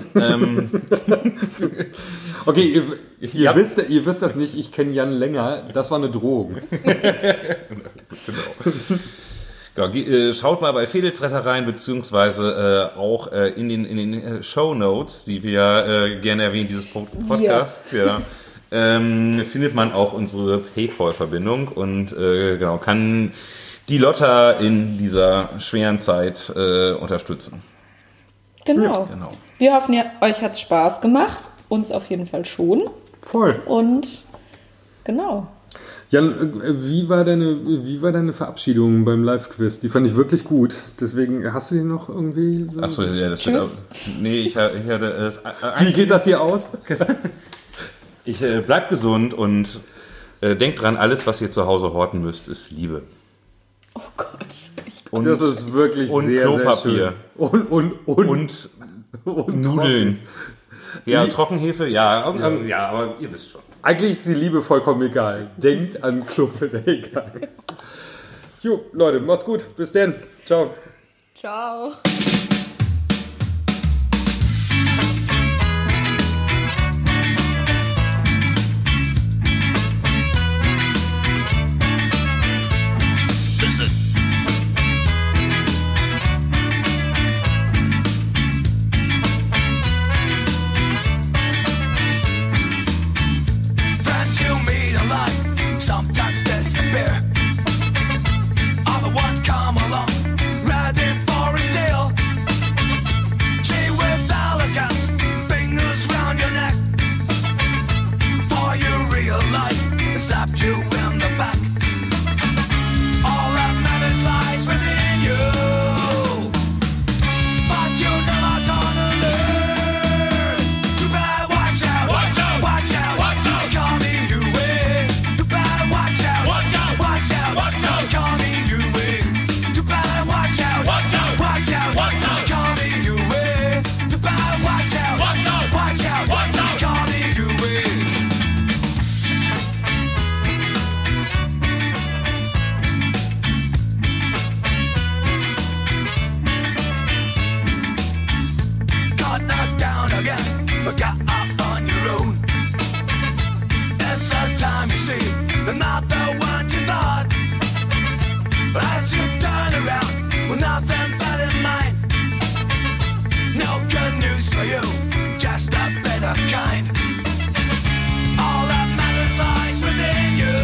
Okay, ihr wisst das nicht, ich kenne Jan länger, das war eine Drohung. Genau, schaut mal bei Fedelsretter rein, beziehungsweise auch in den Shownotes, die wir gerne erwähnen, dieses Podcast. Ja. Findet man auch unsere PayPal-Verbindung und genau, kann die Lotta in dieser schweren Zeit unterstützen. Genau. Wir hoffen, euch hat es Spaß gemacht. Uns auf jeden Fall schon. Voll. Und genau. Jan, wie war deine Verabschiedung beim Live-Quiz? Die fand ich wirklich gut. Deswegen, hast du die noch irgendwie so? Achso, ja, das wird. Nee, ich hatte. Wie geht das hier aus? Ich bleibt gesund und denkt dran, alles, was ihr zu Hause horten müsst, ist Liebe. Oh Gott. Und, das ist wirklich und sehr, Klopapier. sehr schön. Und Nudeln. Ja, Trockenhefe, ja, aber ihr wisst schon. Eigentlich ist die Liebe vollkommen egal. Denkt an Klopapier, egal. Jo, Leute, macht's gut. Bis dann. Ciao. Ciao. Sometimes disappear. Other ones come along, ready for a steal. She with elegance, fingers round your neck. For you realize they slap you in the back. All that matters lies within you, but you're never gonna learn. You better watch out, watch out, watch out, watch out. It's coming your way. You better watch out, watch out, watch out, watch out. It's coming your way. You better watch out, watch out, watch out, watch out. It's coming your way. You better watch out, watch out, watch out, watch out. It's coming your way. Got knocked down again, but got up on your own. It's the time you see, they're not the one you thought. But as you turn around, with nothing but in mind, no good news for you, just a bitter kind. All that matters lies within you,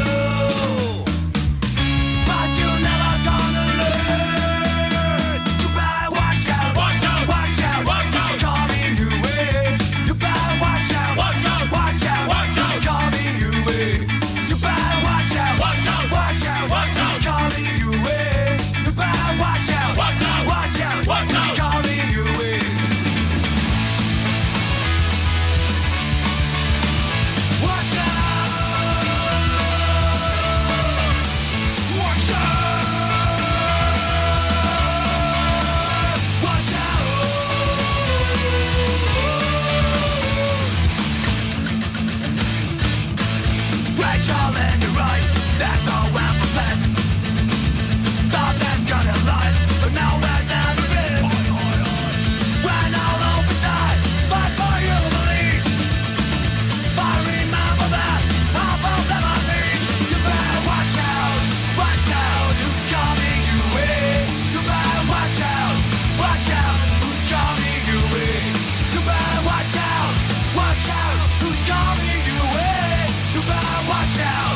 but you're never gonna learn. You better watch out, watch out, watch out, watch out. It's coming your way. You better watch out, watch out, watch out, watch out. It's coming your way. You better watch out, watch out, watch out, watch out. It's coming your way. You better watch out, watch out, watch out, watch out. It's coming your way. Watch out! Watch out! Watch out! Rachel in your eyes, there's no emphasis. Thought that's gonna lie, but now that never is. When all hope is died, fight for you to believe. I remember that, half of them I need. You better watch out, who's coming your way. You better watch out, who's coming your way. You better watch out, who's coming your way. You better watch out.